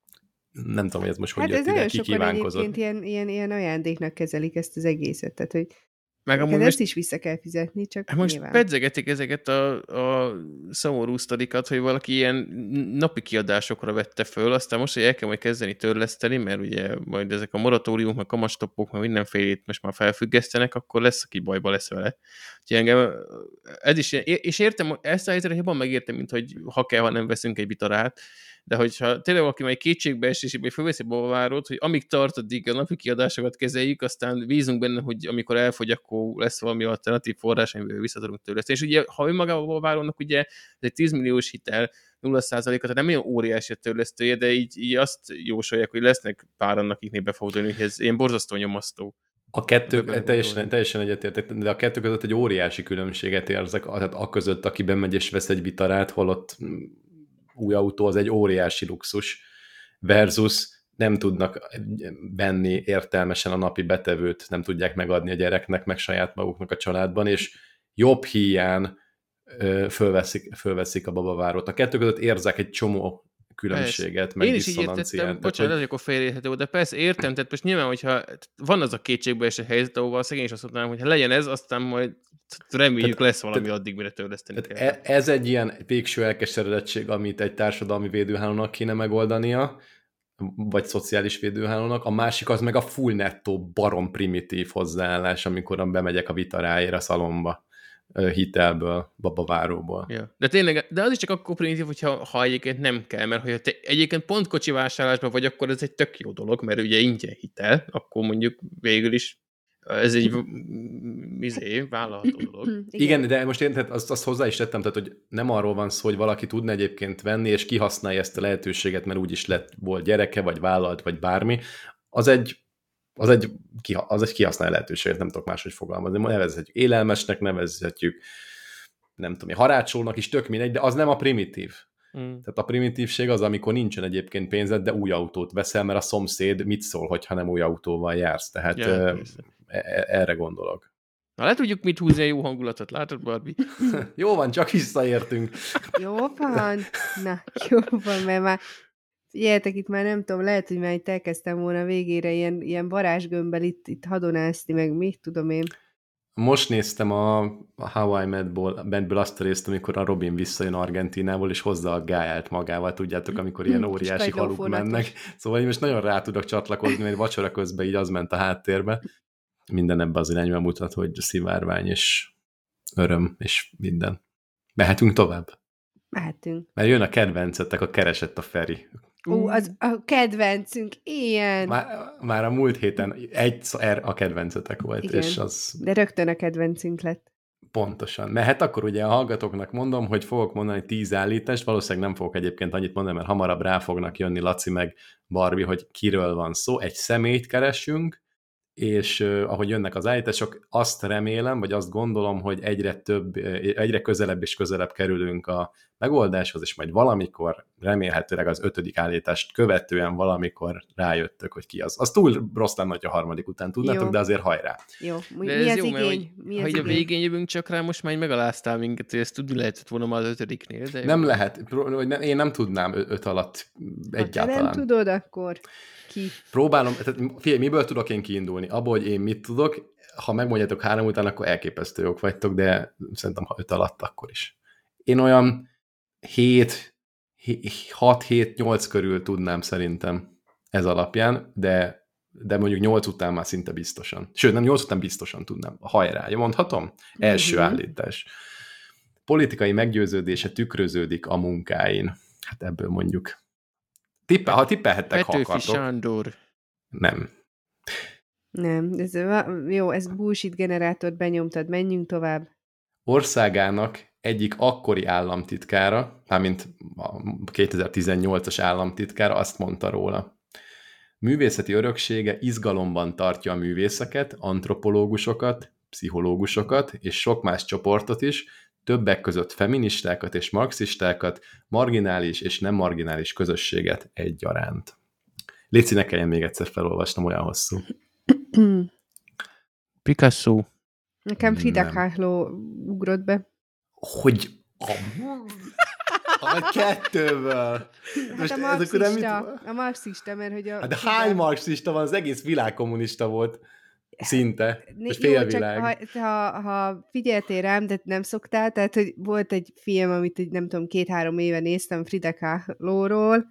Nem tudom, hogy ez most hogy Hát jött ez ide, nagyon ki sokan kívánkozott. egyébként ilyen, ilyen, ilyen ajándéknak kezelik ezt az egészet, tehát hogy Meg amúgy ezt most, is vissza kell fizetni, csak hát most nyilván. pedzegetik ezeket a, a szomorú sztorikat, hogy valaki ilyen napi kiadásokra vette föl, aztán most, hogy el kell majd kezdeni törleszteni, mert ugye majd ezek a moratóriumok, meg kamatstoppok, meg mindenfélét most már felfüggesztenek, akkor lesz, aki bajba lesz vele. Úgyhogy engem ez is, ilyen- és értem, ezt a helyzetet jobban megértem, mint hogy ha kell, ha nem veszünk egy vitarát, de hogyha tényleg valaki majd kétségbeesésében fölveszi babavárót, hogy amíg tart, addig a napi kiadásokat kezeljük, aztán bízunk benne, hogy amikor elfogy, akkor lesz valami alternatív forrás, amiből vissza tudunk törleszteni. És ugye, ha önmagában a babavárónak ugye ez egy tíz milliós hitel, nulla százaléka, tehát nem olyan óriási a törlesztője, de így, így azt jósolják, hogy lesznek páran, akiknél befordulni, hogy ez ilyen borzasztó nyomasztó. A kettő, Bele- teljesen, teljesen egyetértek, de a kettő között egy óriási különbséget érzek, tehát a között, aki bemegy és vesz egy vitarát, holott mm, új autó az egy óriási luxus, versus nem tudnak venni értelmesen a napi betevőt, nem tudják megadni a gyereknek, meg saját maguknak a családban, és jobb híján ö, fölveszik, fölveszik a babavárót. A kettő között érzek egy csomó különbséget, meg Én is így diszonanciát. értettem, Tehát, bocsánat, hogy- hogy... akkor félreérthető, de persze értem, tehát most nyilván, hogyha van az a kétségbeeső helyzet, ahol szegény is azt mondanám, hogy ha legyen ez, aztán majd reméljük Tehát- lesz valami tehát- addig, mire törleszteni kell. Tehát e- ez egy ilyen végső elkeseredettség, amit egy társadalmi védőhálónak kéne megoldania, vagy szociális védőhálónak, a másik az meg a full nettó barom primitív hozzáállás, amikor bemegyek a vitaráért a szalomba ö, hitelből, babaváróból. Ja. De tényleg, de az is csak akkor primitív, hogyha ha egyébként nem kell, mert hogyha te egyébként pont kocsi vásárlásban vagy, akkor ez egy tök jó dolog, mert ugye ingyen hitel, akkor mondjuk végül is ez egy izé, vállalható dolog. Igen. Igen, de most én tehát azt, azt hozzá is tettem, tehát hogy nem arról van szó, hogy valaki tudna egyébként venni, és kihasználja ezt a lehetőséget, mert úgyis lett volt gyereke, vagy vállalt, vagy bármi. Az egy, az egy, az egy kihasználja lehetőséget, nem tudok máshogy fogalmazni. Nevezhetjük élelmesnek, nevezhetjük, nem tudom, harácsolnak is, tök mindegy, de az nem a primitív. Mm. Tehát a primitívség az, amikor nincsen egyébként pénzed, de új autót veszel, mert a szomszéd mit szól, hogyha nem új autóval jársz. Tehát Ja, ja, persze. erre gondolok. Na, le tudjuk mit húzni a jó hangulatot, látod, Barbie? Jó van, csak visszaértünk. Jó van. Na, jó van, mert már figyeljetek, itt már nem tudom, lehet, hogy már itt elkezdtem volna végére ilyen, ilyen varázsgömbbel itt, itt hadonászni, meg mit tudom én. Most néztem a, a How I Met-ból, Met-ből azt a részt, amikor a Robin visszajön Argentínából, és hozza a Gáját magával, tudjátok, amikor ilyen Kis óriási haluk kagylófonatos. mennek. Szóval én most nagyon rá tudok csatlakozni, mert vacsora közben így az ment a háttérbe. minden ebbe az irányba mutat, hogy szivárvány és öröm és minden. Mehetünk tovább? Mehetünk. Mert jön a kedvencetek, a Keresett a Feri. Ó, az a kedvencünk, ilyen. Már, már a múlt héten egy a kedvencetek volt, igen, és az... de rögtön a kedvencünk lett. Pontosan. Mert hát akkor ugye a hallgatóknak mondom, hogy fogok mondani tíz állítást, valószínűleg nem fogok egyébként annyit mondani, mert hamarabb rá fognak jönni Laci meg Barbie, hogy kiről van szó. Egy személyt keresünk, és uh, ahogy jönnek az állítások, azt remélem, vagy azt gondolom, hogy egyre több, egyre közelebb és közelebb kerülünk a megoldáshoz, és majd valamikor, remélhetőleg az ötödik állítást követően valamikor rájöttök, hogy ki az. Az túl rossz lenne, hogy a harmadik után tudnátok, jó. De azért hajrá. Jó, mi, de mi az jó, igény? mert, hogy, mi az hogy igény? a végén jövünk csak rá, most már megaláztál minket, hogy ezt tudni lehetett volna már az ötödiknél. De nem jó. lehet, én nem tudnám öt alatt egyáltalán. Ha nem tudod, akkor ki? Próbálom, tehát figyelj, miből tudok én kiindulni? Abból, hogy én mit tudok, ha megmondjátok három után, akkor elképesztő jók vagytok, de szerintem ha öt alatt, akkor is. Én olyan hét, hat hét nyolc körül tudnám szerintem ez alapján, de, de mondjuk nyolc után már szinte biztosan. Sőt, nem nyolc után biztosan tudnám. Hajrá, mondhatom? Első mm-hmm. állítás. Politikai meggyőződése tükröződik a munkáin. Hát ebből mondjuk. Tippel, ha tippelhettek, ha akartok. Sándor. Nem. Nem, ez, jó, ez bullshit generátort benyomtad, menjünk tovább. Országának egyik akkori államtitkára, mármint a kétezer-tizennyolcas államtitkára azt mondta róla. Művészeti öröksége izgalomban tartja a művészeket, antropológusokat, pszichológusokat és sok más csoportot is, többek között feministákat és marxistákat, marginális és nem marginális közösséget egyaránt. Léci, ne kelljen még egyszer felolvasnom, olyan hosszú. Picasso. Nekem Frida Kahlo ugrott be. Hogy a, a kettőből. Hát a marxista, a marxista, mert hogy a... Hát de hány marxista van? Az egész világ kommunista volt. Szinte. És félvilág. Ha, ha, ha figyeltél rám, de nem szoktál, tehát hogy volt egy film, amit egy, nem tudom, két-három éve néztem Frida Kahlo-ról,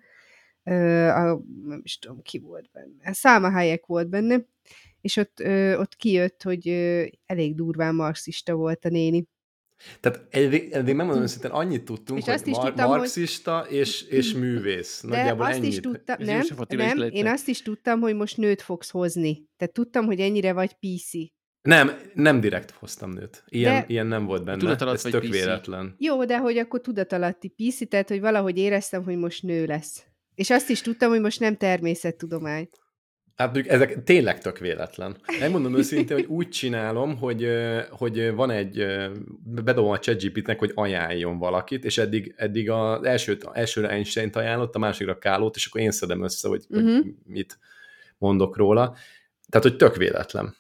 uh, a, nem is tudom, ki volt benne. Salma Hayek volt benne, és ott, ö, ott kijött, hogy ö, elég durván marxista volt a néni. Tehát eddig, eddig nem mondom őszintén, annyit tudtunk, és hogy mar- tudtam, marxista hogy... és, és művész. De Nagyjából azt ennyit. Is tudtam, nem, nem, én azt is tudtam, hogy most nőt fogsz hozni. Tehát tudtam, hogy ennyire vagy pé cé. Nem, nem direkt hoztam nőt. Ilyen, de... ilyen nem volt benne. Tudatalat ez vagy tök pé cé. Véletlen. Jó, de hogy akkor tudatalatti pé cé, tehát hogy valahogy éreztem, hogy most nő lesz. És azt is tudtam, hogy most nem természettudomány. Hát ezek tényleg tök véletlen. Megmondom őszintén, hogy úgy csinálom, hogy, hogy van egy, bedobom a ChatGPT-nek, hogy ajánljon valakit, és eddig, eddig az elsőt, elsőre Einstein-t ajánlott, a másikra Kálót, és akkor én szedem össze, hogy, uh-huh. hogy mit mondok róla. Tehát, hogy tök véletlen.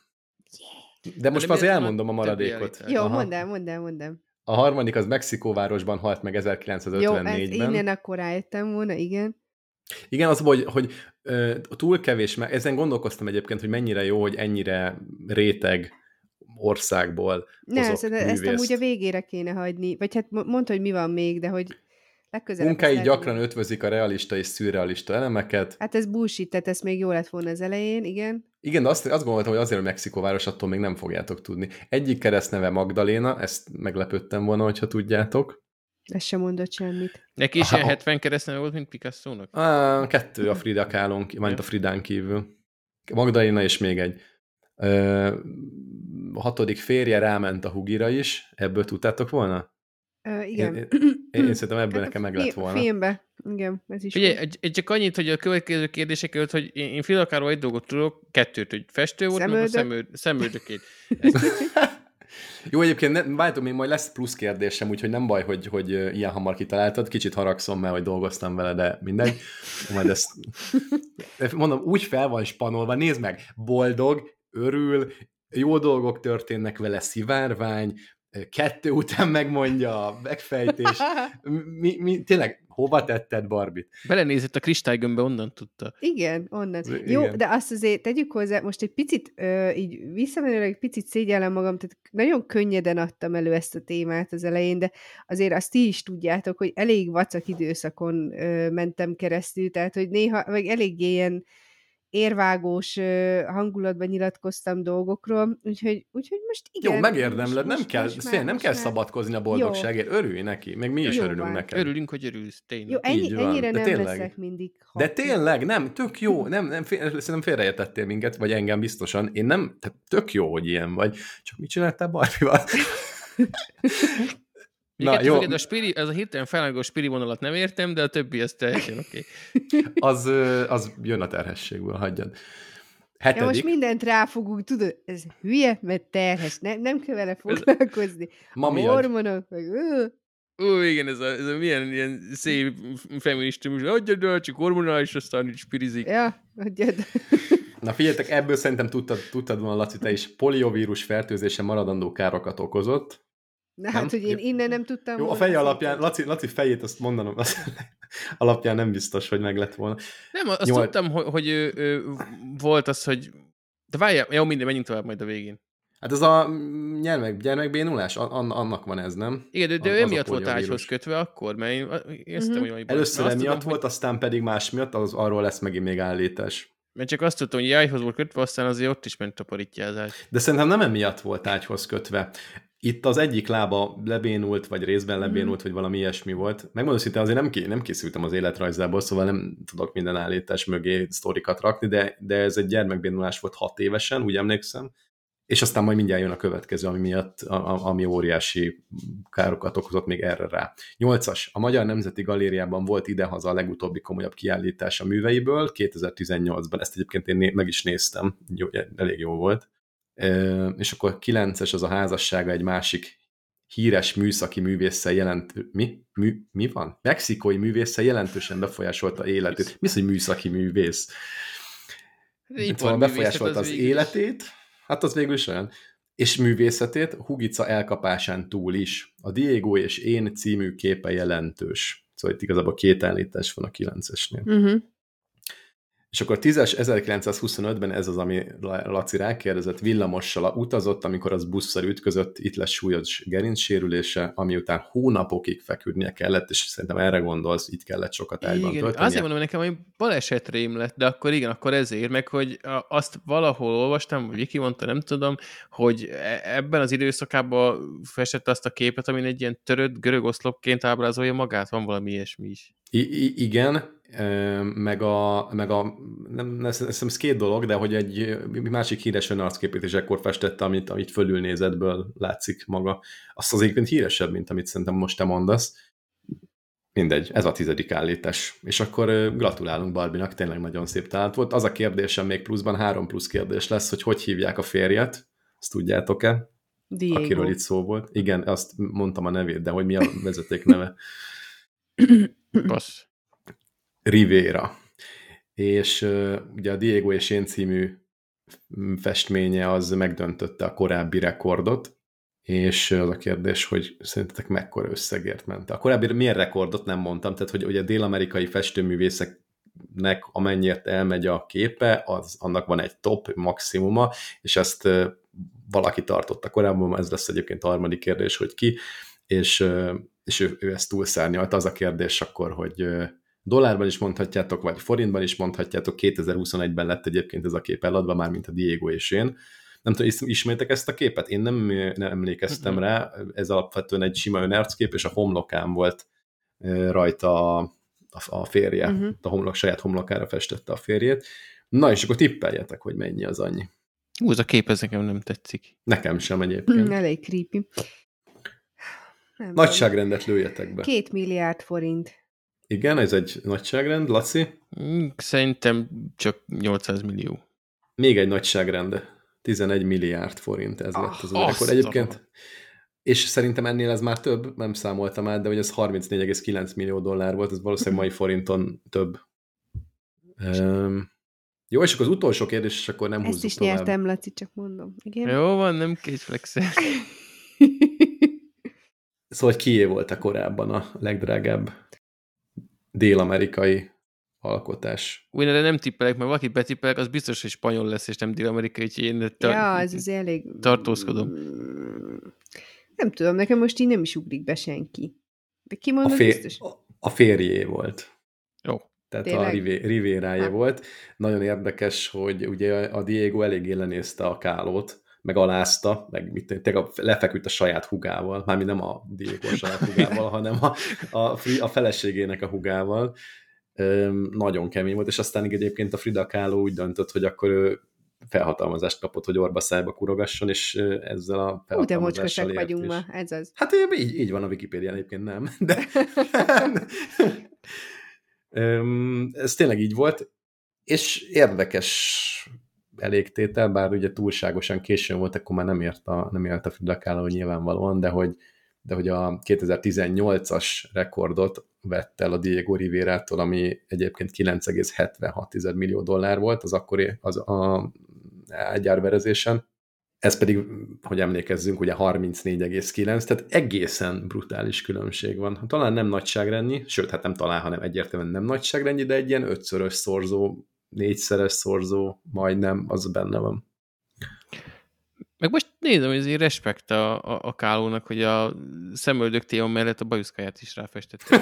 De most már azért elmondom a maradékot. Jó, mondd el, mondd el, mondd el. A harmadik az Mexikóvárosban halt meg ezerkilencszázötvennégyben. Jó, innen akkor rájöttem volna, igen. Igen, az, hogy, hogy uh, túl kevés, mert ezen gondolkoztam egyébként, hogy mennyire jó, hogy ennyire réteg országból hozok művészt. Ezt amúgy a végére kéne hagyni. Vagy hát mondd, hogy mi van még, de hogy legközelebb... Munkái gyakran lehet, ötvözik a realista és szürrealista elemeket. Hát ez bullshit, tehát ez még jó lett volna az elején, igen. Igen, de azt, azt gondoltam, hogy azért a Mexikóváros, attól még nem fogjátok tudni. Egyik keresztneve Magdaléna, ezt meglepődtem volna, hogyha tudjátok. Ez sem mondott semmit. Neki is ilyen hetven keresztneve volt, mint Picasso-nak? Á, kettő a Frida Kahlo-n, majd a Fridán kívül. Magdalena és még egy. Ö, a hatodik férje ráment a Hugira is. Ebből tudtátok volna? Ö, igen. Én, én, én szerintem ebből hát nekem meg lett volna. Filmbe. Igen, ez is. Ugye, csak annyit, hogy a következő kérdések előtt, hogy én, én Frida Kahlo egy dolgot tudok, kettőt, hogy festő volt, meg a szemöld, szemöldökét. Jó, egyébként ne, váltom, még majd lesz plusz kérdésem, úgyhogy nem baj, hogy, hogy ilyen hamar kitaláltad. Kicsit haragszom, mert hogy dolgoztam vele, de mindegy. Majd ezt... Mondom, úgy fel van spanolva, nézd meg, boldog, örül, jó dolgok történnek vele, szivárvány, kettő után megmondja a megfejtés. Mi, mi, tényleg, hova tetted Barbit? Belenézett a kristálygömbbe, onnan tudta. Igen, onnan. Igen. Jó, de azt azért tegyük hozzá, most egy picit, ö, így visszamenőleg egy picit szégyellem magam, tehát nagyon könnyeden adtam elő ezt a témát az elején, de azért azt ti is tudjátok, hogy elég vacak időszakon ö, mentem keresztül, tehát hogy néha, meg eléggé ilyen, érvágós ö, hangulatban nyilatkoztam dolgokról, úgyhogy, úgyhogy most igen. Jó, megérdemled, nem most, kell, most fél, nem kell már... szabadkozni a boldogságért, örülj neki, meg mi is Jó örülünk van. neked. Örülünk, hogy örülsz, tényleg. Jó, ennyi, Így van, ennyire de nem tényleg. leszek mindig De happy. tényleg, nem, tök jó, nem, nem fél, szerintem félreértettél minket, vagy engem biztosan. Én nem, tehát tök jó, hogy ilyen vagy, csak mit csináltál Barbie-val? Na, jó. A spiri, ez a hirtelen felállgó spiri vonalat nem értem, de a többi az teljesen oké. Okay. az, az jön a terhességből, hagyjad. Ja, most mindent ráfogunk, tudod, ez hülye, mert terhes, nem, nem kell vele foglalkozni. Mami a hormonok, meg... Ó, igen, ez a, ez a milyen ilyen szép feminista, most adjad el, csak hormonális, aztán így spirizik. Ja, adjad. Na figyeljetek, ebből szerintem tudtad, tudtad volna, Laci, te is, poliovírus fertőzése maradandó károkat okozott. Na hát, hogy én innen nem tudtam. Jó, a fej alapján, Laci, Laci fejét azt mondanom, az alapján nem biztos, hogy meg lett volna. Nem, azt Nyolc... tudtam, hogy, hogy ő, ő, volt az, hogy... De várjál, jó, minden, menjünk tovább majd a végén. Hát ez a gyermek, gyermekbénulás, annak van ez, nem? Igen, de, de ő miatt volt ágyhoz kötve akkor, mert én éreztem, uh-huh. hogy... Először emiatt tudom, volt, hogy... aztán pedig más miatt, az, arról lesz megint még állítás. Mert csak azt tudtam, hogy ágyhoz volt kötve, aztán azért ott is ment a parittyázás. De szerintem nem emiatt volt ágyhoz kötve. Itt az egyik lába lebénult, vagy részben lebénult, mm. vagy valami ilyesmi volt. Megmondom szinte, azért nem, ké, nem készültem az életrajzából, szóval nem tudok minden állítás mögé sztorikat rakni, de, de ez egy gyermekbénulás volt hat évesen, úgy emlékszem, és aztán majd mindjárt jön a következő, ami miatt, a, ami óriási károkat okozott még erre rá. Nyolcas. A Magyar Nemzeti Galériában volt idehaza a legutóbbi komolyabb kiállítás a műveiből, kétezer-tizennyolcban. Ezt egyébként én né- meg is néztem, jó, elég jó volt. E, és akkor kilences az a házassága egy másik híres műszaki művésszel jelent... Mi? Mű, mi van? Mexikói művésszel jelentősen befolyásolta életét. Mi az, hogy műszaki művész? Szóval befolyásolta az, az életét, hát az végül is olyan, és művészetét Hugica elkapásán túl is. A Diego és én című képe jelentős. Szóval itt igazából két állítás van a kilencesnél. Uh-huh. És akkor tízes, ezerkilencszázhuszonötben ez az, ami Laci rákérdezett, villamossal utazott, amikor az busszal ütközött, itt lesz súlyos gerincsérülése, ami után hónapokig feküdnie kellett, és szerintem erre gondolsz, itt kellett sokat ágyban töltenie. Azért mondom, hogy nekem egy balesetrém lett, de akkor igen, akkor ezért, meg hogy azt valahol olvastam, vagy Viki mondta, nem tudom, hogy ebben az időszakában festett azt a képet, amin egy ilyen törött görög oszlopként ábrázolja magát, van valami ilyesmi is. I- I- igen, meg a, meg a nem, nem hiszem, ez két dolog, de hogy egy másik híres önarcképét is ekkor festette, amit, amit fölülnézetből látszik maga. Azt az egyébként híresebb, mint amit szerintem most te mondasz. Mindegy, ez a tizedik állítás. És akkor gratulálunk Barbinak, tényleg nagyon szép találat volt. Az a kérdésem még pluszban, három plusz kérdés lesz, hogy hogy hívják a férjet, azt tudjátok-e? Diego. Akiről itt szó volt. Igen, azt mondtam a nevét, de hogy mi a vezeték neve? Passz. Rivera. És uh, ugye a Diego és én című festménye az megdöntötte a korábbi rekordot, és az a kérdés, hogy szerintetek mekkora összegért ment. A korábbi milyen rekordot nem mondtam, tehát hogy, hogy a dél-amerikai festőművészeknek amennyiért elmegy a képe, az, annak van egy top maximuma, és ezt uh, valaki tartotta korábban, ez lesz egyébként a harmadik kérdés, hogy ki, és, uh, és ő, ő ezt túlszárnyalt. Az a kérdés akkor, hogy uh, dollárban is mondhatjátok, vagy forintban is mondhatjátok, kétezer-huszonegyben lett egyébként ez a kép eladva, már mint a Diego és én. Nem tudom, ismétek ezt a képet? Én nem, nem emlékeztem uh-huh. rá, ez alapvetően egy sima önarckép, és a homlokán volt rajta a, a férje, uh-huh. a homlok, saját homlokára festette a férjét. Na, és akkor tippeljetek, hogy mennyi az annyi. Hú, ez a kép, ez nekem nem tetszik. Nekem sem egyébként. Mm, elég creepy. Nem Nagyságrendet lőjetek be. Két milliárd forint. Igen, ez egy nagyságrend. Laci? Szerintem csak nyolcszáz millió. Még egy nagyságrend. tizenegy milliárd forint ez lett az ah, rekord. Egyébként, és szerintem ennél ez már több, nem számoltam át, de hogy ez harmincnégy egész kilenc millió dollár volt, ez valószínűleg mai forinton több. Um, jó, és akkor az utolsó kérdés, és akkor nem Ezt húzzuk is tovább. nyertem, Laci, csak mondom. Igen? Jó van, nem kétflexel. Szóval kié volt a korábban a legdrágább dél-amerikai alkotás? Úgy, de nem tippelek, mert valaki betippelek, az biztos, hogy spanyol lesz, és nem dél-amerikai, úgyhogy én tar- ja, ez az elég... tartózkodom. Nem tudom, nekem most így nem is ugrik be senki. De ki mondod a fér... biztos? A férjé volt. Jó. tehát a Tényleg? Rivé- Rivérája Ha. volt. Nagyon érdekes, hogy ugye a Diego eléggé lenézte a Kálót, meg alázta, meg mit, tényleg lefeküdt a saját hugával, mármint nem a Diego a saját hugával, hanem a, a, a feleségének a hugával. Üm, nagyon kemény volt, és aztán egyébként a Frida Kahlo úgy döntött, hogy akkor ő felhatalmazást kapott, hogy orba szájba kurogasson, és ezzel a Hú, de felhatalmazással mocskosak ért vagyunk is. ma, ez az. Hát így, így van a Wikipédián, egyébként nem. De Üm, ez tényleg így volt, és érdekes elégtétel, bár ugye túlságosan későn volt, akkor már nem ért a, nem ért a Frida Kahlo nyilvánvalóan, de hogy, de hogy a kétezer-tizennyolcas rekordot vett el a Diego Rivérától, ami egyébként kilenc egész hetvenhat millió dollár volt az akkori az a ágyárverezésen. Ez pedig, hogy emlékezzünk, ugye harmincnégy egész kilenc, tehát egészen brutális különbség van. Talán nem nagyságrendnyi, sőt, hát nem talán, hanem egyértelműen nem nagyságrendnyi, de egy ilyen ötszörös szorzó, négyszeres szorzó, majdnem, az benne van. Meg most nézem, hogy azért respekt a, a, a Kálónak, hogy a szemöldök téma mellett a bajuszkáját is ráfestette.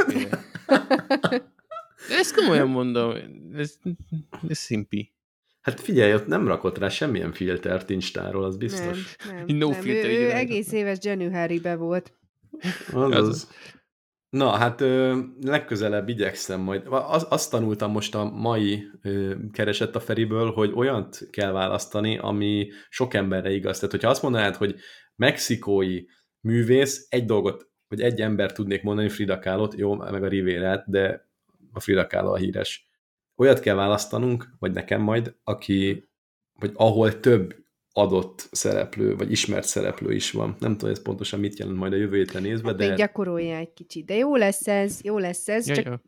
De ezt komolyan mondom, ez, ez szimpi. Hát figyelj, ott nem rakott rá semmilyen filtert Instáról, az biztos. Nem, nem, no nem. filter, Ő, ő egész éves January-be volt. Azaz. Na, hát ö, legközelebb igyekszem majd. Az, azt tanultam most a mai ö, Keresett a Feriből, hogy olyant kell választani, ami sok emberre igaz. Tehát, hogyha azt mondanád, hogy mexikói művész, egy dolgot, vagy egy ember tudnék mondani, Frida Kahlót, jó, meg a Rivérát, de a Frida Kahlo a híres. Olyat kell választanunk, vagy nekem majd, aki, vagy ahol több adott szereplő, vagy ismert szereplő is van. Nem tudom, ez pontosan mit jelent majd a jövő hétre nézve, Hát de... még gyakorolja egy kicsit. De jó lesz ez, jó lesz ez, Ja, csak... ja.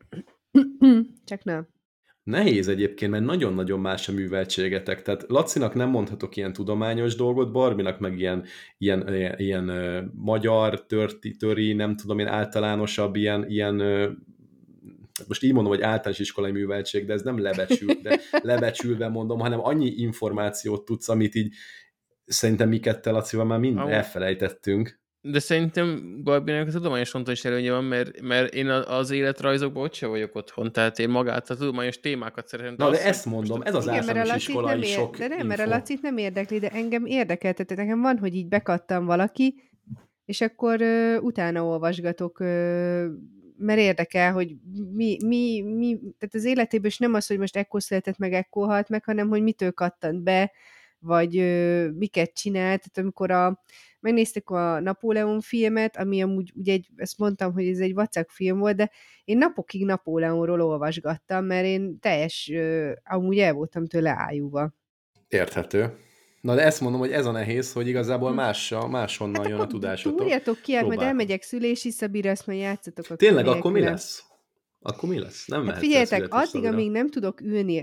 csak nem. Nehéz egyébként, mert nagyon-nagyon más a műveltségetek. Tehát Lacinak nem mondhatok ilyen tudományos dolgot, Barbinak meg ilyen, ilyen, ilyen, ilyen uh, magyar, törti, töri, nem tudom én, általánosabb, ilyen, ilyen uh, most így mondom, hogy általános iskolai műveltség, de ez nem lebecsül, de lebecsülve mondom, hanem annyi információt tudsz, amit így szerintem mi kettel Lacival már mind Ahol... elfelejtettünk. De szerintem Barbinak a tudományos fronton is előnye van, mert, mert én az életrajzokban ott sem vagyok otthon, tehát én magát a tudományos témákat szeretem. Na, de ezt mondom, ez az általános iskolai ér... sok De nem, info. mert a Lacit nem érdekli, de engem érdekel, tehát nekem van, hogy így bekattam valaki, és akkor ö, utána olvasgatok, ö, mert érdekel, hogy mi, mi, mi, tehát az életében is nem az, hogy most ekkor született meg, ekkor halt meg, hanem hogy mitől kattant be, vagy ö, miket csinált. Tehát amikor a, megnéztek a Napóleon filmet, ami amúgy, ugye egy, ezt mondtam, hogy ez egy vacak film volt, de én napokig Napóleonról olvasgattam, mert én teljes, ö, amúgy el voltam tőle ájúva. Érthető. Na de ezt mondom, hogy ez a nehéz, hogy igazából mással, máshonnan hát jön a tudásotok. Túrjatok ki, majd elmegyek szülési szabira, azt majd játszatok a Tényleg, akkor mi lesz? Akkor mi lesz? Nem hát figyeljetek, addig, amíg nem tudok ülni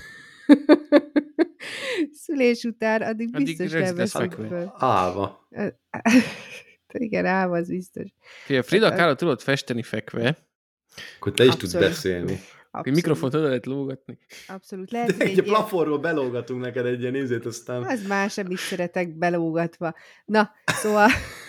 szülés után, addig, addig biztos elveszek föl. Állva. Igen, állva, az biztos. Figyelj, Frida Kahlo tudod festeni fekve. Akkor te is tudsz beszélni. A mikrofont oda lehet lógatni. Abszolút. Lehet, de egy ilyen... plafonról belógatunk neked egy ilyen ízét, aztán... Az más, amit szeretek belógatva. Na, szóval...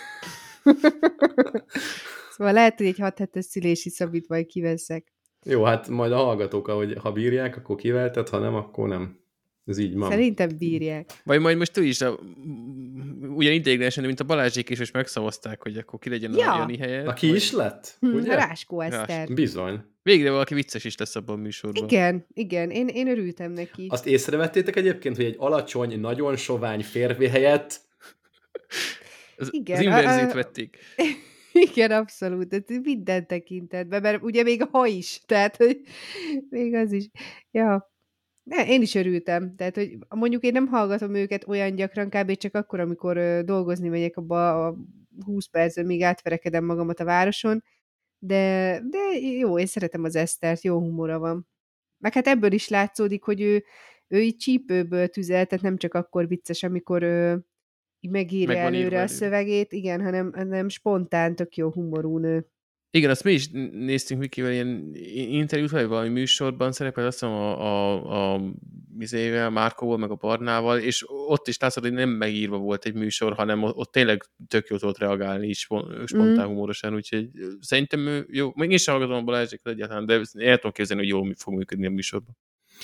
szóval lehet, hogy egy hat hetes szülési szabit majd kiveszek. Jó, hát majd a hallgatók, ahogy ha bírják, akkor kivelted, ha nem, akkor nem. Ez így van. Szerintem bírják. Vagy majd most ő is a, ugyan ideiglenesen, mint a Balázsék is, és megszavazták, hogy akkor ki legyen ja. a Jani helyet. Aki vagy... is lett? Hm, ugye? Ráskó Eszter. Bizony. Végre valaki vicces is lesz abban a műsorban. Igen, igen, én, én örültem neki. Azt észrevettétek egyébként, hogy egy alacsony, nagyon sovány férfi helyett az, igen, az inverzét a... vették. Igen, abszolút, tehát minden tekintetben, mert ugye még a ha is, tehát hogy még az is. Ja, de én is örültem, tehát hogy mondjuk én nem hallgatom őket olyan gyakran, kb. Csak akkor, amikor uh, dolgozni megyek abba a húsz percben, míg átverekedem magamat a városon, de, de jó, én szeretem az Esztert, jó humora van. Meg hát ebből is látszódik, hogy ő, ő így csípőből tüzel, tehát nem csak akkor vicces, amikor ő megírja előre a szövegét, igen, hanem, hanem spontán, tök jó humorú nő. Igen, azt mi is néztünk Mikivel ilyen interjút, vagy valami műsorban szerepel, azt hiszem a, a, a mizével, Márkóval, meg a Barnával, és ott is látszott, hogy nem megírva volt egy műsor, hanem ott tényleg tök jó tudott reagálni is spontán humorosan, úgyhogy szerintem ő jó, még én sem hallgatom a Balázsékat egyáltalán, de el tudom képzelni, hogy jól fog működni a műsorban.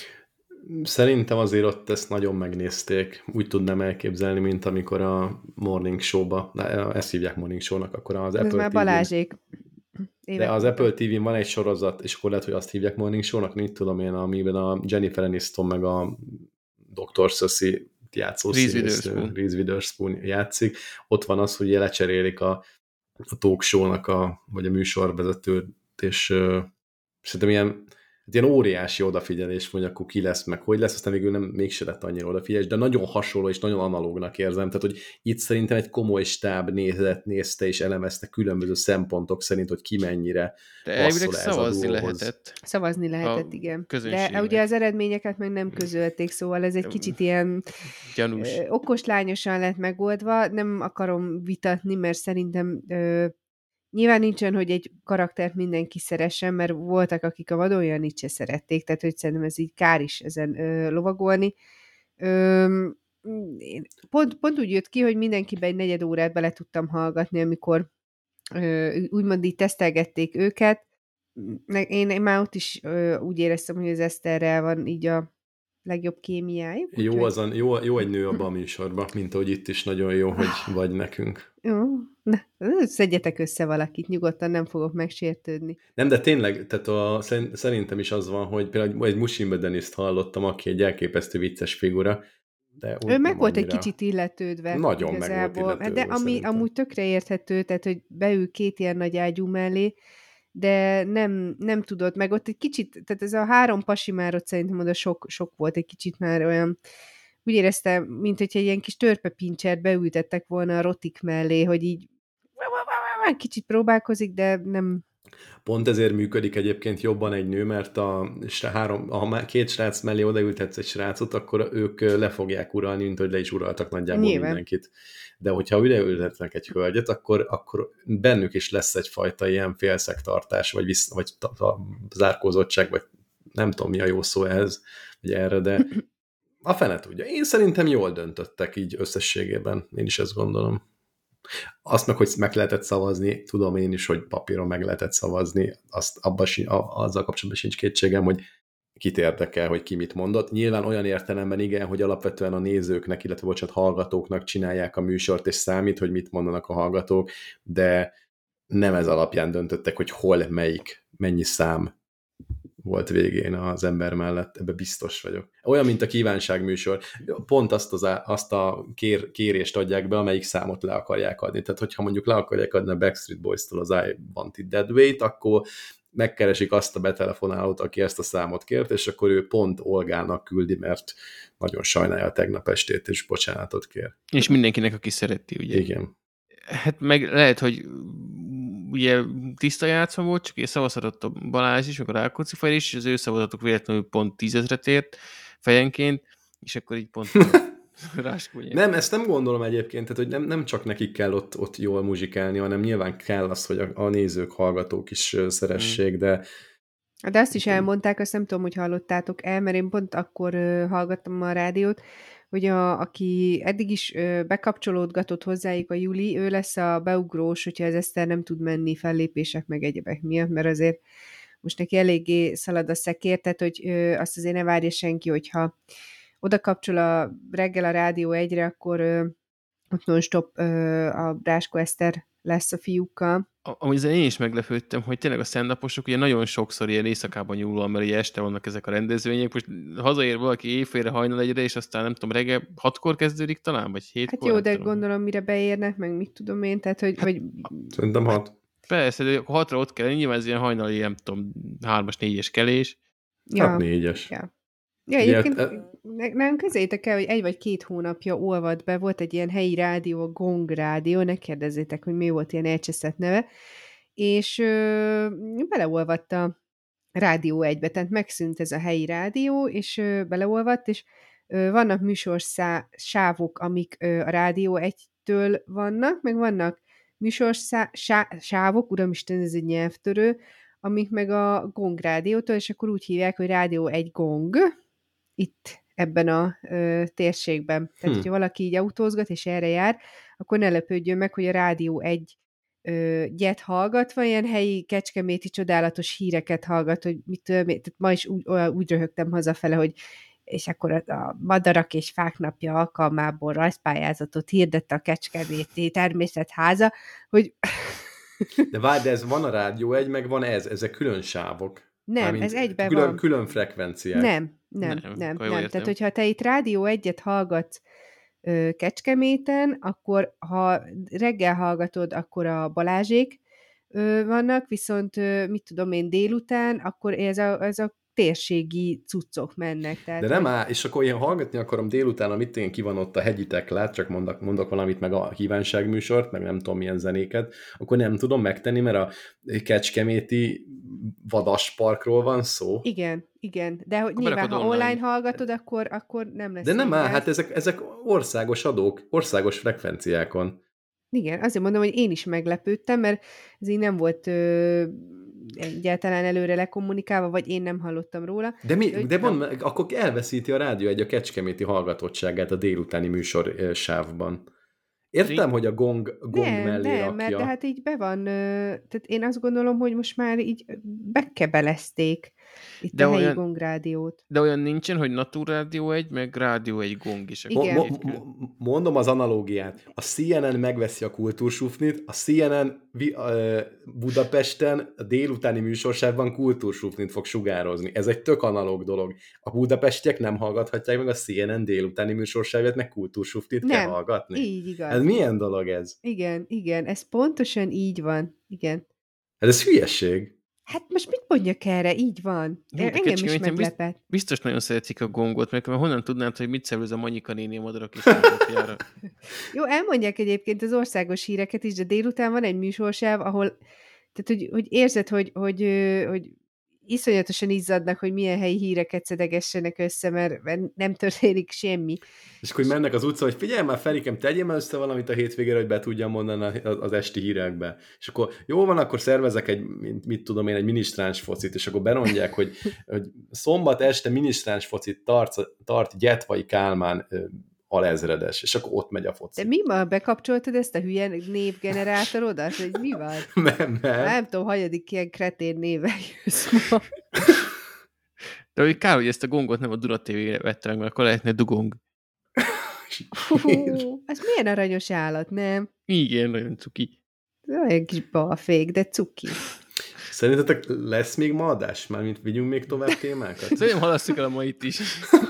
Szerintem azért ott ezt nagyon megnézték. Úgy tudnám elképzelni, mint amikor a Morning Show-ba, ezt hívják Morning Show-nak, akkor az Ez Apple már Balázsék. De az Apple té vén van egy sorozat, és akkor lehet, hogy azt hívják Morning Show-nak, mit tudom én, amiben a Jennifer Aniston meg a doktor Sussy játszó Reese színész, Witherspoon. Reese Witherspoon játszik. Ott van az, hogy lecserélik a, a talk show-nak, a, vagy a műsorvezetőt, és uh, szerintem ilyen, ilyen óriási odafigyelés, hogy akkor ki lesz, meg hogy lesz, aztán végül nem, mégse lett annyira odafigyelés, de nagyon hasonló és nagyon analógnak érzem, tehát hogy itt szerintem egy komoly stáb nézett, nézte és elemezte különböző szempontok szerint, hogy ki mennyire passzol ez a szavazni duóhoz. lehetett. Szavazni lehetett, A igen. közönségnek. De ugye az eredményeket meg nem közölték, szóval ez egy kicsit ilyen Gyanús. ö, okoslányosan lett megoldva. Nem akarom vitatni, mert szerintem ö, nyilván nincsen, hogy egy karaktert mindenki szeressen, mert voltak, akik a Vadon Janit se szerették, tehát hogy szerintem ez így kár is ezen ö, lovagolni. Ö, pont, pont úgy jött ki, hogy mindenkiben egy negyed órát bele tudtam hallgatni, amikor ö, úgymond így tesztelgették őket. Én, én már ott is ö, úgy éreztem, hogy az Eszterrel van így a legjobb kémiájuk. Jó, úgyhogy- azon, jó, jó egy nő abban a műsorban, mint ahogy itt is nagyon jó, hogy vagy nekünk. Jó, na, szedjetek össze valakit, nyugodtan nem fogok megsértődni. Nem, de tényleg, tehát a, szerintem is az van, hogy például egy Musimbe Deniszt hallottam, aki egy elképesztő vicces figura, de Ő meg volt annyira... egy kicsit illetődve. Nagyon meg volt illetődve, De ami szerintem. amúgy tökre érthető, tehát hogy beül két ilyen nagy ágyú mellé, de nem, nem tudott, meg ott egy kicsit, tehát ez a három pasi már ott szerintem oda sok, sok volt, egy kicsit már olyan, úgy éreztem, mint hogyha ilyen kis törpepincsert beültettek volna a rotik mellé, hogy így kicsit próbálkozik, de nem... Pont ezért működik egyébként jobban egy nő, mert a, három, ha két srác mellé odaültetsz egy srácot, akkor ők le fogják uralni, mint hogy le is uraltak nagyjából Nyilván. mindenkit. De hogyha odaültetnek egy hölgyet, akkor, akkor bennük is lesz egyfajta ilyen félszektartás, vagy, vissza, vagy ta, ta, zárkózottság, vagy nem tudom, mi a jó szó ehhez, vagy erre, de a fene tudja. Én szerintem jól döntöttek így összességében. Én is ezt gondolom. Azt meg, hogy meg lehetett szavazni, tudom én is, hogy papíron meg lehetett szavazni, azt abba, azzal kapcsolatban sincs kétségem, hogy kit érdekel, hogy ki mit mondott. Nyilván olyan értelemben igen, hogy alapvetően a nézőknek, illetve bocsánat, hallgatóknak csinálják a műsort, és számít, hogy mit mondanak a hallgatók, de nem ez alapján döntöttek, hogy hol, melyik, mennyi szám volt végén az ember mellett, ebbe biztos vagyok. Olyan, mint a kívánságműsor. Pont azt, az, azt a kér, kérést adják be, amelyik számot le akarják adni. Tehát, hogyha mondjuk le akarják adni a Backstreet Boys-tól az I Want It That Way-t, akkor megkeresik azt a betelefonálót, aki ezt a számot kért, és akkor ő pont Olgának küldi, mert nagyon sajnálja a tegnap estét, és bocsánatot kér. És mindenkinek, aki szereti, ugye? Igen. Hát meg lehet, hogy ugye tiszta játszma volt, csak szavazhatott a Balázs is, meg a Rákóczi Fajra is, és az ő szavazatok véletlenül pont tízezret ért fejenként, és akkor így pont Ráskó. Nem, ezt nem gondolom egyébként, tehát hogy nem, nem csak nekik kell ott, ott jól muzsikálni, hanem nyilván kell az, hogy a, a nézők, hallgatók is szeressék, de De azt is elmondták, azt nem tudom, hogy hallottátok el, mert én pont akkor uh, hallgattam a rádiót, hogy a, aki eddig is uh, bekapcsolódgatott hozzájuk a Juli, ő lesz a beugrós, hogyha az Eszter nem tud menni fellépések meg egyebek miatt, mert azért most neki eléggé szalad a szekér, tehát hogy uh, azt azért ne várja senki, hogyha oda kapcsol a reggel a Rádió egyre, akkor uh, ott non-stop uh, a Ráskó Eszter lesz a fiúkkal. Amúgy én is meglepődtem, hogy tényleg a stand-uposok ugye nagyon sokszor ilyen éjszakában nyúlóan, mert ugye este vannak ezek a rendezvények, most hazaér valaki éjfélre, hajnal egyre, és aztán nem tudom, reggel hatkor kezdődik talán, vagy hétkor? Hát jó, de tudom. gondolom, mire beérnek, meg mit tudom én, tehát hogy... Hát, vagy... Szerintem hat. Persze, de akkor hatra ott kell, nyilván ez ilyen hajnali, nem tudom, hármas, négyes kelés. Ja. Hát négyes. Ja. Ja, Ugye, egyébként e- nem közétek el, hogy egy vagy két hónapja olvad be, volt egy ilyen helyi rádió, a Gong Rádió, ne kérdezzétek, hogy mi volt ilyen elcseszett neve, és ö, beleolvadt a Rádió egybe, tehát megszűnt ez a helyi rádió, és ö, beleolvadt, és ö, vannak műsorsávok, amik ö, a Rádió egytől vannak, meg vannak műsorsávok, uramisten, ez egy nyelvtörő, amik meg a Gong rádiótól, és akkor úgy hívják, hogy Rádió egy Gong, itt ebben a ö, térségben. Tehát, hm. hogyha valaki így autózgat, és erre jár, akkor ne lepődjön meg, hogy a Rádió egy ö, gyet hallgatva, ilyen helyi kecskeméti csodálatos híreket hallgat, hogy mit tudom, tehát ma is úgy, úgy röhögtem hazafele, hogy és akkor a Madarak és Fák napja alkalmából rajzpályázatot hirdette a Kecskeméti Természetháza, hogy... De várj, de ez van a Rádió egy, meg van ez, ezek külön sávok. Nem, Mármint ez egyben külön, van. Külön frekvenciák. Nem, nem, nem. nem, nem. Tehát, hogyha te itt Rádió egyet hallgatsz ö, Kecskeméten, akkor ha reggel hallgatod, akkor a Balázsék ö, vannak, viszont ö, mit tudom én délután, akkor ez a, ez a térségi cuccok mennek. Tehát, de nem hogy... áll, és akkor én hallgatni akarom délután, amit én ki van ott a hegyi teklát, csak mondok, mondok valamit, meg a kívánságműsort, meg nem tudom milyen zenéket, akkor nem tudom megtenni, mert a Kecskeméti vadasparkról van szó. Igen, igen, de hogy nyilván, ha online. online hallgatod, akkor, akkor nem lesz. De nem áll, hát ezek, ezek országos adók, országos frekvenciákon. Igen, azért mondom, hogy én is meglepődtem, mert ez így nem volt ö, egyáltalán előre lekommunikálva, vagy én nem hallottam róla. De, mi, de van, akkor elveszíti a Rádió egy a kecskeméti hallgatottságát a délutáni műsor sávban. Értem, hogy a gong, gong nem, mellé nem, rakja. mert de hát így be van, tehát én azt gondolom, hogy most már így bekebelezték itt de a helyi olyan, Gong rádiót. De olyan nincsen, hogy Natur Rádió egy, meg Rádió egy Gong is. Igen. Mo- mo- mondom az analógiát. A C N N megveszi a kultúrsufnit, a C N N vi- uh, Budapesten a délutáni műsorsávban kultúrsufnit fog sugározni. Ez egy tök analóg dolog. A budapestiek nem hallgathatják meg a C N N délutáni műsorsávját, meg kultúrsufnit kell hallgatni. Így igaz. Ez milyen dolog ez? Igen, igen, ez pontosan így van. Igen. Ez, ez hülyeség. Hát most mit mondjak erre? Így van. Jó, engem is meglepett. Biztos nagyon szeretik a Gongot, mert honnan tudnád, hogy mit szervez a Manyika néni a Madarak és Fák. Jó, elmondják egyébként az országos híreket is, de délután van egy műsorsáv, ahol tehát, hogy, hogy érzed, hogy, hogy, hogy iszonyatosan izzadnak, hogy milyen helyi híreket szedegessenek össze, mert, mert nem történik semmi. És akkor mennek az utcán, hogy figyelj már, Ferikem, tegyél már össze valamit a hétvégére, hogy be tudjam mondani az esti hírekbe. És akkor jó van, akkor szervezek egy, mit tudom én, egy minisztráns focit, és akkor berondják, hogy, hogy szombat este minisztráns focit tart, tart Gyetvai Kálmán alezredes, és akkor ott megy a foci. De mi ma bekapcsoltad ezt a hülye névgenerátorodat? Hogy mi van? Nem, nem. Nem tudom, hanyadik ilyen kretén néven jössz ma. De hogy kár, hogy ezt a Gongot nem a Duna té vére vette meg, mert akkor lehetne Dugong. Hú, ez milyen aranyos állat, nem? Igen, nagyon cuki. Olyan kis balfék, de cuki. Szerintetek lesz még ma adás? Mármint vigyünk még tovább témákat? Szerintem halasszuk el a mait is.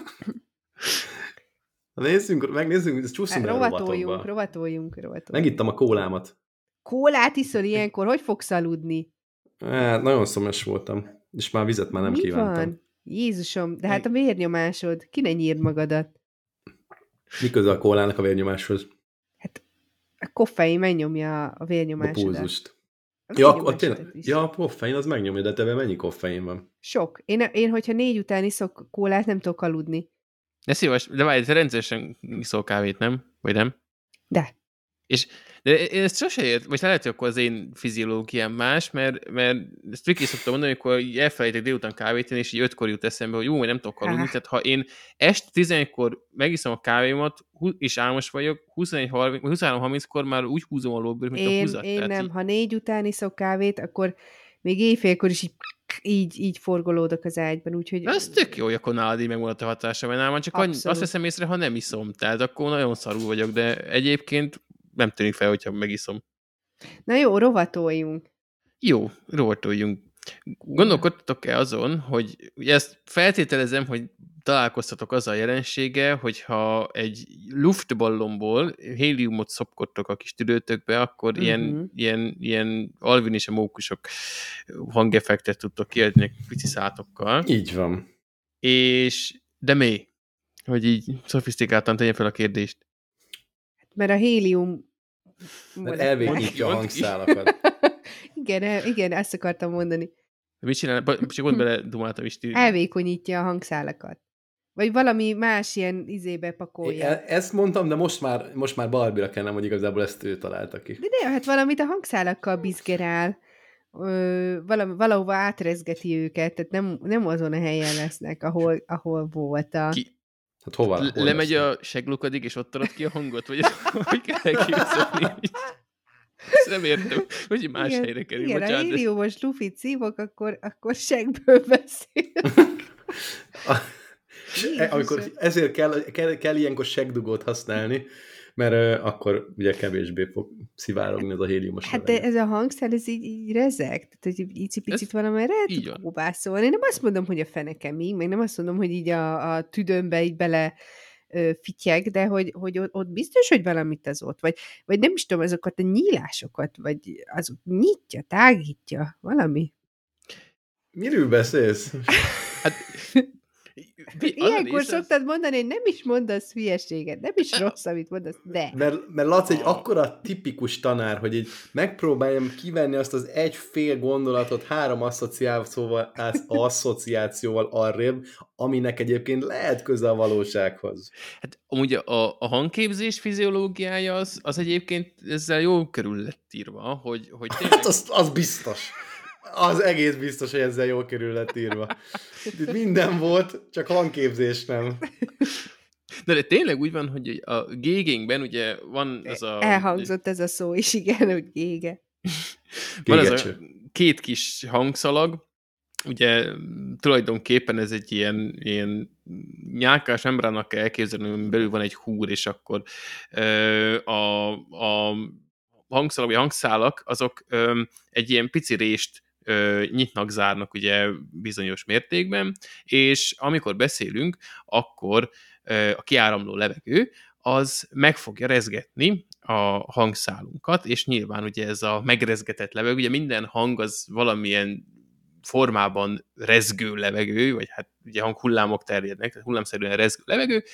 Nézzünk, megnézzünk, csúszunk el a rovatoljunk, rovatoljunk, rovatoljunk. Megittam a kólámat. Kólát iszol ilyenkor? Hogy fogsz aludni? Hát, nagyon szomjas voltam, és már vizet már nem Mi kívántam. Van? Jézusom, de hát a vérnyomásod, ki ne nyírd magadat? Mi köze a kólának a vérnyomáshoz? Hát a koffein megnyomja a vérnyomásodat. A pulzust. A ja, a, tényleg, ja, a koffein az megnyomja, de tebe mennyi koffein van? Sok. Én, én hogyha négy után iszok kólát, nem tudok aludni. De szívas, de várj, te rendszeresen iszol kávét, nem? Vagy nem? De. És de én ezt sose ért, vagy lehet, hogy akkor az én fiziológiám más, mert, mert ezt Viki szoktam mondani, amikor elfelejtek délután kávét én, és így ötkor jut eszembe, hogy jó, hogy nem tudok aludni, tehát ha én este tizenegykor megiszom a kávémat, és álmos vagyok, huszonegy harminc, huszonhárom harminckor már úgy húzom a lóbőr, mint én, a húzat. Én nem, így... ha négy után iszok kávét, akkor még éjfélkor is így, így, így forgolódok az ágyban, úgyhogy... Ez tök jó, hogy akkor nálad így megmaradt a hatása, mert nálam csak annyi, azt veszem észre, ha nem iszom, tehát akkor nagyon szarul vagyok, de egyébként nem tűnik fel, hogyha megiszom. Na jó, rovatoljunk. Jó, rovatoljunk. Gondolkodtatok-e azon, hogy ugye ezt feltételezem, hogy találkoztatok azzal a jelenséggel, hogyha egy luftballonból héliumot szopkodtok a kis tüdőtökbe, akkor uh-huh. ilyen, ilyen, ilyen Alvin és a mókusok hangeffektet tudtok kiadni pici szátokkal. Így van. És de mi? Hogy így szofisztikáltan tegye fel a kérdést. Mert a hélium... Mert elvékítja a hangszálakat. igen, igen, ezt akartam mondani. Mit csinál? Csak ott bele dumáltam is. Elvékonyítja a hangszálakat. Vagy valami más ilyen izébe pakolják. E- ezt mondtam, de most már, most már Barbie-ra kennem, hogy igazából ezt ő találta ki. De ne, hát valamit a hangszálakkal bizgerál. Ö, valami, valahova átrezgeti őket, tehát nem, nem azon a helyen lesznek, ahol, ahol volt a... Ki, Hát hova? le- hol lemegy lesznek? a seglukadig, és ott adod ki a hangot? Vagy ezt hogy kell elképzelni? Ezt nem értem, hogy más igen, helyre kerül. igen, Bocsánat, ha de- héliumos lufit szívok, akkor, akkor segből beszél. A- Jézusom. amikor ezért kell, kell, kell ilyenkor segdugót használni, mert uh, akkor ugye kevésbé fog szivárogni az a héliumos Hát de levegő. ez a hangszál, ez így, így rezeg, tehát hogy így icipicit Ez valamelyre el így tud van. kóbászolni. Nem azt mondom, hogy a fenekemig, meg nem azt mondom, hogy így a, a tüdőmbe így bele ö, fityeg, de hogy, hogy ott, ott biztos, hogy valamit az ott, vagy, vagy nem is tudom, azokat a nyílásokat, vagy azok nyitja, tágítja, valami. Miről beszélsz? Hát, vi- az a Ilyenkor része, az- szoktad mondani, hogy nem is mondasz hülyeséget, nem is rossz, amit mondasz, de. Mert, mert Laci egy A- akkora tipikus tanár, hogy így megpróbáljam kivenni azt az egy fél gondolatot három asszociációval, asszociációval arrébb, aminek egyébként lehet köze a valósághoz. Hát amúgy a, a hangképzés fiziológiája az, az egyébként ezzel jól körül lett írva, hogy, hogy tényleg... Hát az, az biztos. Az egész biztos, hogy ezzel jól körül lett írva. Itt minden volt, csak hangképzés nem. De, de tényleg úgy van, hogy a gégénkben ugye van ez a... Elhangzott ez a szó is, igen, hogy gége. Van ez a Gégecső. két kis hangszalag, ugye tulajdonképpen ez egy ilyen, ilyen nyálkás membránnak kell elképzelni, amin belül van egy húr, és akkor ö, a, a hangszalak, vagy hangszálak, azok ö, egy ilyen pici rést ö, nyitnak, zárnak ugye bizonyos mértékben, és amikor beszélünk, akkor ö, a kiáramló levegő az meg fogja rezgetni a hangszálunkat, és nyilván ugye ez a megrezgetett levegő, ugye minden hang az valamilyen formában rezgő levegő, vagy hát ugye hanghullámok terjednek, tehát hullámszerűen rezgő levegő,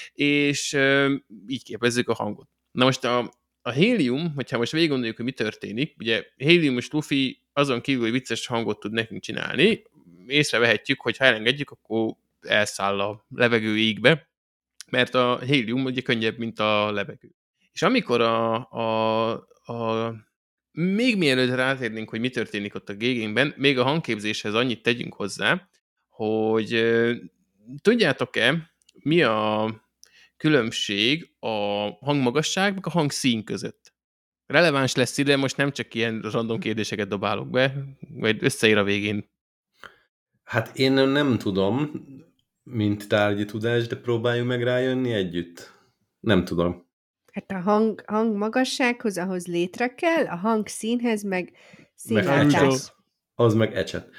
és ö, így képezzük a hangot. Na most a, a hélium, hogyha most végig gondoljuk, hogy mi történik, ugye héliumos lufi azon kívül, hogy vicces hangot tud nekünk csinálni, észrevehetjük, hogy ha elengedjük, akkor elszáll a levegő égbe, mert a hélium ugye könnyebb, mint a levegő. És amikor a, a, a még mielőtt rátérnénk, hogy mi történik ott a gégénkben, még a hangképzéshez annyit tegyünk hozzá, hogy ö, tudjátok-e, mi a különbség a hangmagasság meg a hangszín között? Releváns lesz ide, most nem csak ilyen random kérdéseket dobálok be, vagy összeír a végén. Hát én nem tudom, mint tárgyi tudás, de próbáljunk meg rájönni együtt. Nem tudom. Hát a hang, hang magassághoz, ahhoz létre kell, a hang színhez meg Meg színlátás. ecset. Az meg ecset.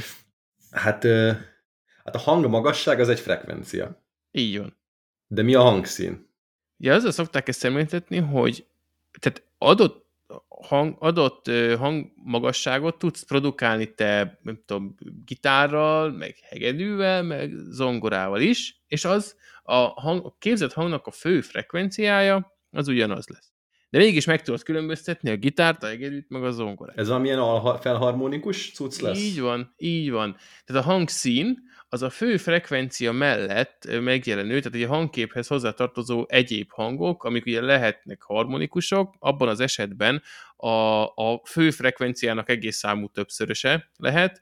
Hát, ö, hát a hang magasság az egy frekvencia. Így van. De mi a hangszín? Ja, azzal szokták ezt szemléltetni, hogy tehát adott, hang, adott uh, hangmagasságot tudsz produkálni te, nem tudom, gitárral, meg hegedűvel, meg zongorával is, és az a, hang, a képzett hangnak a fő frekvenciája az ugyanaz lesz. De mégis meg tudod különböztetni a gitárt, a hegedűt, meg a zongorát. Ez valamilyen alha- felharmonikus cucc lesz? Így van, így van. Tehát a hangszín az a fő frekvencia mellett megjelenő, tehát egy a hangképhez hozzátartozó egyéb hangok, amik ugye lehetnek harmonikusok, abban az esetben a, a fő frekvenciának egész számú többszöröse lehet,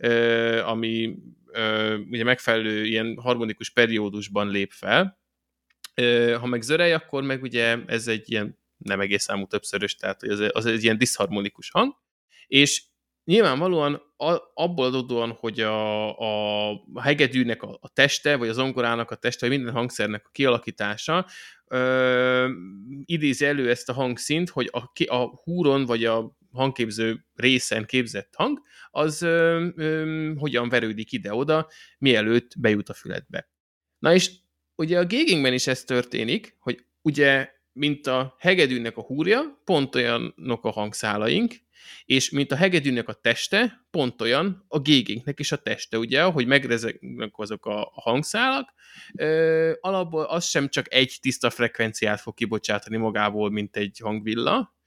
ami ugye megfelelő ilyen harmonikus periódusban lép fel. Ha meg zörej, akkor meg ugye ez egy ilyen nem egész számú többszörös, tehát az, az egy ilyen diszharmonikus hang, és nyilvánvalóan abból adódóan, hogy a, a hegedűnek a, a teste, vagy a zongorának a teste, vagy minden hangszernek a kialakítása ö, idézi elő ezt a hangszínt, hogy a, a húron, vagy a hangképző részen képzett hang, az ö, ö, hogyan verődik ide-oda, mielőtt bejut a füledbe. Na és ugye a gégingben is ez történik, hogy ugye, mint a hegedűnek a húrja, pont olyanok a hangszálaink, és mint a hegedűnek a teste, pont olyan a géginknek is a teste, ugye, ahogy megrezegnek azok a hangszálak, alapból az sem csak egy tiszta frekvenciát fog kibocsátani magából, mint egy hangvilla,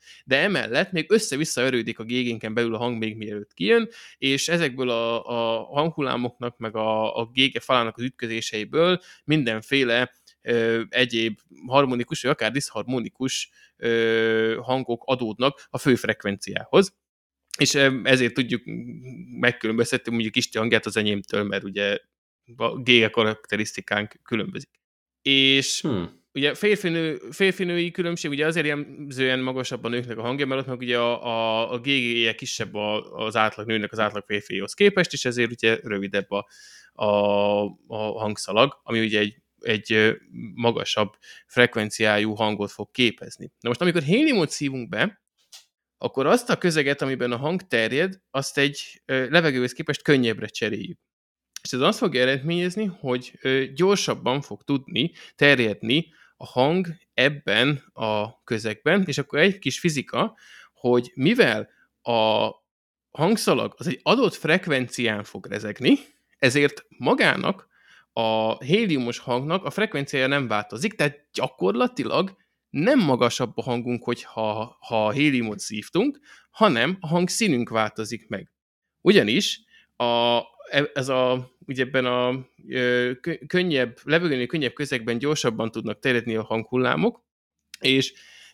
De emellett még össze-vissza örődik a gégénken belül a hang még mielőtt kijön, és ezekből a, a hanghullámoknak, meg a, a gége falának az ütközéseiből mindenféle ö, egyéb harmonikus, vagy akár diszharmonikus ö, hangok adódnak a fő frekvenciához. És ezért tudjuk megkülönböztetni mondjuk Isti hangját az enyémtől, mert ugye a gége karakterisztikánk különbözik. És hmm. ugye férfinő, férfinői különbség ugye azért jellemzően magasabb a nőknek a hangja, mert ott meg ugye a, a, a gégéje kisebb az átlag nőnek az átlag férfihoz képest, és ezért ugye rövidebb a, a, a hangszalag, ami ugye egy, egy magasabb frekvenciájú hangot fog képezni. Na most amikor héliumot szívunk be, akkor azt a közeget, amiben a hang terjed, azt egy levegőhöz képest könnyebbre cseréljük. És ez azt fogja eredményezni, hogy gyorsabban fog tudni terjedni a hang ebben a közegben, és akkor egy kis fizika, hogy mivel a hangszalag az egy adott frekvencián fog rezegni, ezért magának a héliumos hangnak a frekvenciája nem változik, tehát gyakorlatilag nem magasabb a hangunk, hogyha ha héliumot szívtunk, hanem a hangszínünk változik meg. Ugyanis a, ez a, ugye ebben a könnyebb, levegőnél könnyebb közegben gyorsabban tudnak terjedni a hanghullámok, és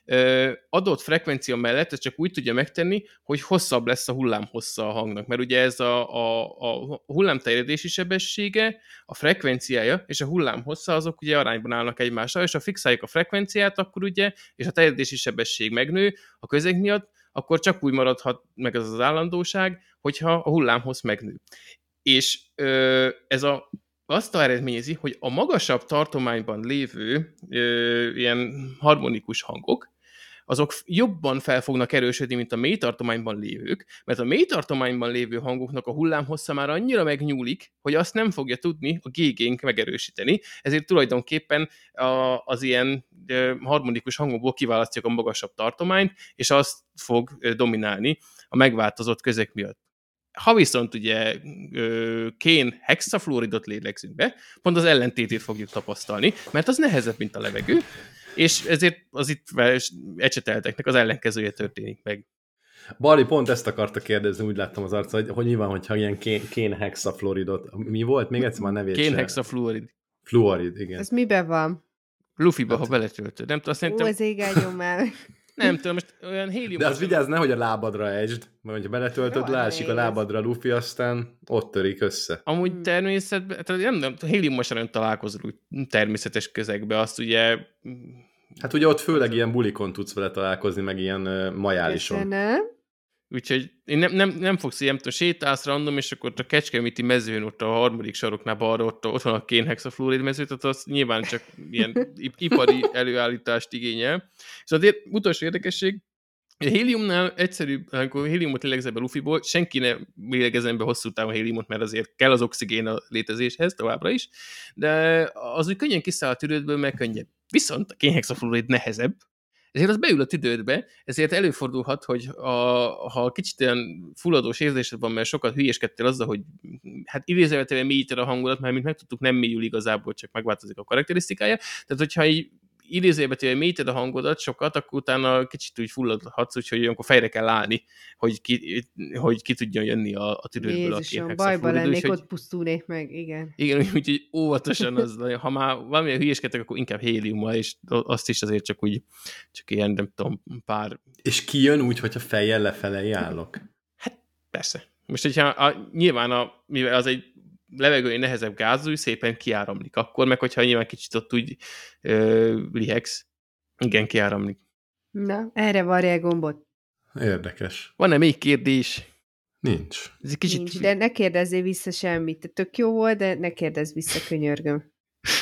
adott frekvencia mellett ezt csak úgy tudja megtenni, hogy hosszabb lesz a hullámhossza a hangnak, mert ugye ez a, a, a hullámterjedési sebessége, a frekvenciája és a hullámhossza azok ugye arányban állnak egymással, és ha fixáljuk a frekvenciát, akkor ugye, és a terjedési sebesség megnő a közeg miatt, akkor csak úgy maradhat meg ez az állandóság, hogyha a hullámhossz megnő. És ö, ez a azt eredményezi, hogy a magasabb tartományban lévő ö, ilyen harmonikus hangok, azok jobban fel fognak erősödni, mint a mély tartományban lévők, mert a mély tartományban lévő hangoknak a hullámhossza már annyira megnyúlik, hogy azt nem fogja tudni a gégénk megerősíteni, ezért tulajdonképpen a, az ilyen ö, harmonikus hangokból kiválasztják a magasabb tartományt, és azt fog ö, dominálni a megváltozott közeg miatt. Ha viszont ugye kén hexafluoridot lélegzünk be, pont az ellentétét fogjuk tapasztalni, mert az nehezebb, mint a levegő, és ezért az itt ecsetelteknek az ellenkezője történik meg. Bali pont ezt akarta kérdezni, úgy láttam az arca, hogy, hogy mi van, hogyha ilyen kén, kén hexafluoridot. Mi volt? Még egyszer már nevét Kén hexafluorid. Fluorid, igen. Ez miben van? Lufiba, hát, ha beletöltöd. Nem tudom, szerintem... Ó, az ég álljon már. Nem tudom, most olyan hélium... De az vigyázz, nehogy a lábadra esd, mert hogyha beletöltöd, leesik a lábadra a lufi, aztán ott törik össze. Amúgy hmm. természetben, tehát nem, nem héliumosan nem találkozol úgy természetes közegbe, azt ugye... Hát ugye ott főleg ilyen bulikon tudsz vele találkozni, meg ilyen uh, majálison. Úgyhogy én nem, nem, nem fogsz ilyen, tudom, sétálsz random, és akkor a Kecskeméti mezőn, ott a harmadik saroknál balra, ott, ott van a kén hexafluorid mező, tehát az nyilván csak ilyen ipari előállítást igényel. És azért utolsó érdekesség, a héliumnál egyszerűbb, amikor héliumot lélegzel be lufiból, senki ne lélegezzen be hosszú távon héliumot, mert azért kell az oxigén a létezéshez továbbra is, de az úgy könnyen kiszáll a tüdődből, meg könnyebb. Viszont a kén hexafluorid nehezebb, ezért az beül a tüdődbe, ezért előfordulhat, hogy a, ha kicsit olyan fulladós érzésed van, mert sokat hülyéskedtél azzal, hogy hát idézőjelben mélyíted a hangodat, mert mint megtudtuk, nem mélyül igazából, csak megváltozik a karakterisztikája. Tehát, hogyha így idézőjelben mélyíted a hangodat sokat, akkor utána kicsit úgy fulladhatsz, úgyhogy olyankor fejre kell állni, hogy ki, hogy ki tudjon jönni a, a tüdődből a kén hexafluorid. Bajba lennék, ott pusztulnék meg, igen. Igen, úgyhogy óvatosan, az, ha már valamilyen hülyéskedtek, akkor inkább héliummal, és azt is azért csak úgy, csak ilyen, nem tudom, pár... És ki jön úgy, hogyha fejjel lefelé állok? Hát persze. Most, hogyha a, nyilván, a, mivel az egy levegői nehezebb gázúj, szépen kiáramlik. Akkor meg, hogyha nyilván kicsit ott úgy ö, lihegsz, igen, kiáramlik. Na, erre varjál gombot. Érdekes. Van-e még kérdés? Nincs. Ez egy kicsit... Nincs, de ne kérdezzél vissza semmit. Tök jó volt, de ne kérdezz vissza, könyörgöm.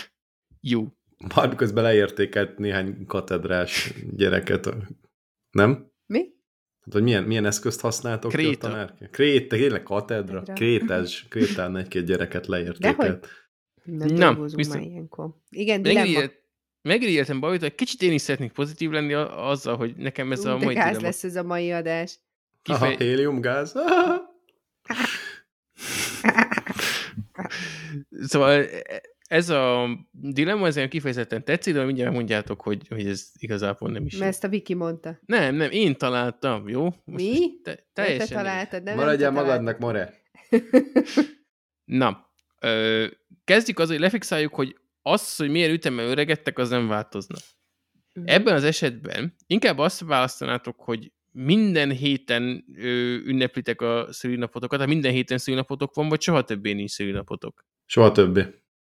Jó. Bár közben leértékelt néhány katedrás gyereket. Nem? Mi? Hát, hogy milyen, milyen eszközt használtok? Kréta. Kréta, tényleg katedra. Katedra. Krétás, krétán egy-két gyereket leértékelt. Nem Na, dolgozunk viszont... már ilyenkor. Igen, dilemma. Megirigyeltem Bajot, hogy kicsit én is szeretnék pozitív lenni azzal, hogy nekem ez Ú, a de mai gáz dilemma. lesz ez a mai adás. Kifej... Aha, héliumgáz. Szóval ez a dilemma, ez olyan kifejezetten tetszik, de mindjárt mondjátok, hogy, hogy ez igazából nem is Mert jó. ezt a Viki mondta. Nem, nem, én találtam, jó? Most Mi? Te, Te teljesen találtad, de Maradjál nem te magadnak, találtad. more. Na, ö, kezdjük az, hogy lefixáljuk, hogy az, hogy milyen ütemmel öregedtek, az nem változna. Mhm. Ebben az esetben inkább azt választanátok, hogy minden héten ö, ünneplitek a szülinapotokat, tehát minden héten szülinapotok van, vagy soha többé nincs szülinapotok. Soha többé.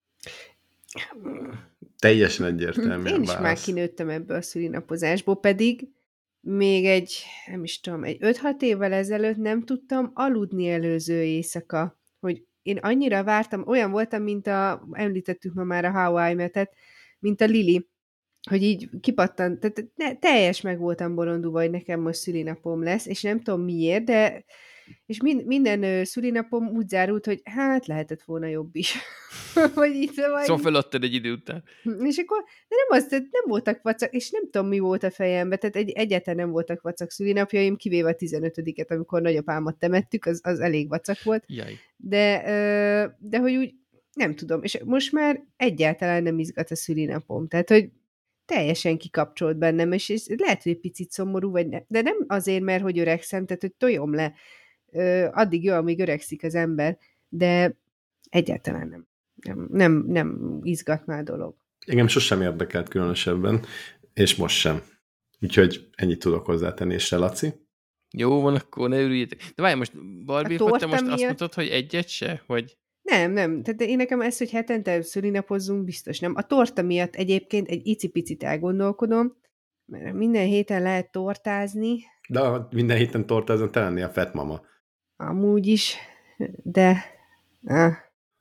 Teljesen egyértelműen Én is már válasz. kinőttem ebből a szülinapozásból, pedig még egy, nem is tudom, egy öt-hat évvel ezelőtt nem tudtam aludni előző éjszaka, hogy én annyira vártam, olyan voltam, mint a, említettük ma már a How I Met-et, mint a Lili, hogy így kipattant, tehát ne, teljes meg voltam bolondulva, hogy nekem most szülinapom lesz, és nem tudom miért, de és min, minden ö, szülinapom úgy zárult, hogy hát lehetett volna jobb is. vagy így, szóval, Szóval feladtad egy idő után. és akkor, de nem az, tehát nem voltak vacak, és nem tudom, mi volt a fejemben, tehát egy, egyáltalán nem voltak vacak szülinapjaim, kivéve a tizenötödiket, amikor nagyapámat temettük, az, az elég vacak volt, Jaj. de, ö, de hogy úgy, nem tudom, és most már egyáltalán nem izgat a szülinapom, tehát, hogy teljesen kikapcsolt bennem, és, és lehet, hogy egy picit szomorú, vagy ne, de nem azért, mert hogy öregszem, tehát, hogy toljom le, ö, addig jó, amíg öregszik az ember, de egyáltalán nem. Nem, nem, nem izgat már dolog. Engem sosem érdekelt különösebben, és most sem. Úgyhogy ennyit tudok hozzátenni, és se, Laci? Jó van, akkor ne örüljetek. De várj, most Barbie, A hogy te torta most azt miatt- mondtad, hogy egyet se? Vagy... Nem, nem. Tehát én nekem ez, hogy hetente szülinapozzunk, biztos nem. A torta miatt egyébként egy icipicit elgondolkodom, mert minden héten lehet tortázni, De ha minden héten tortázon, te lennél a fett mama. amúgy is, de ah,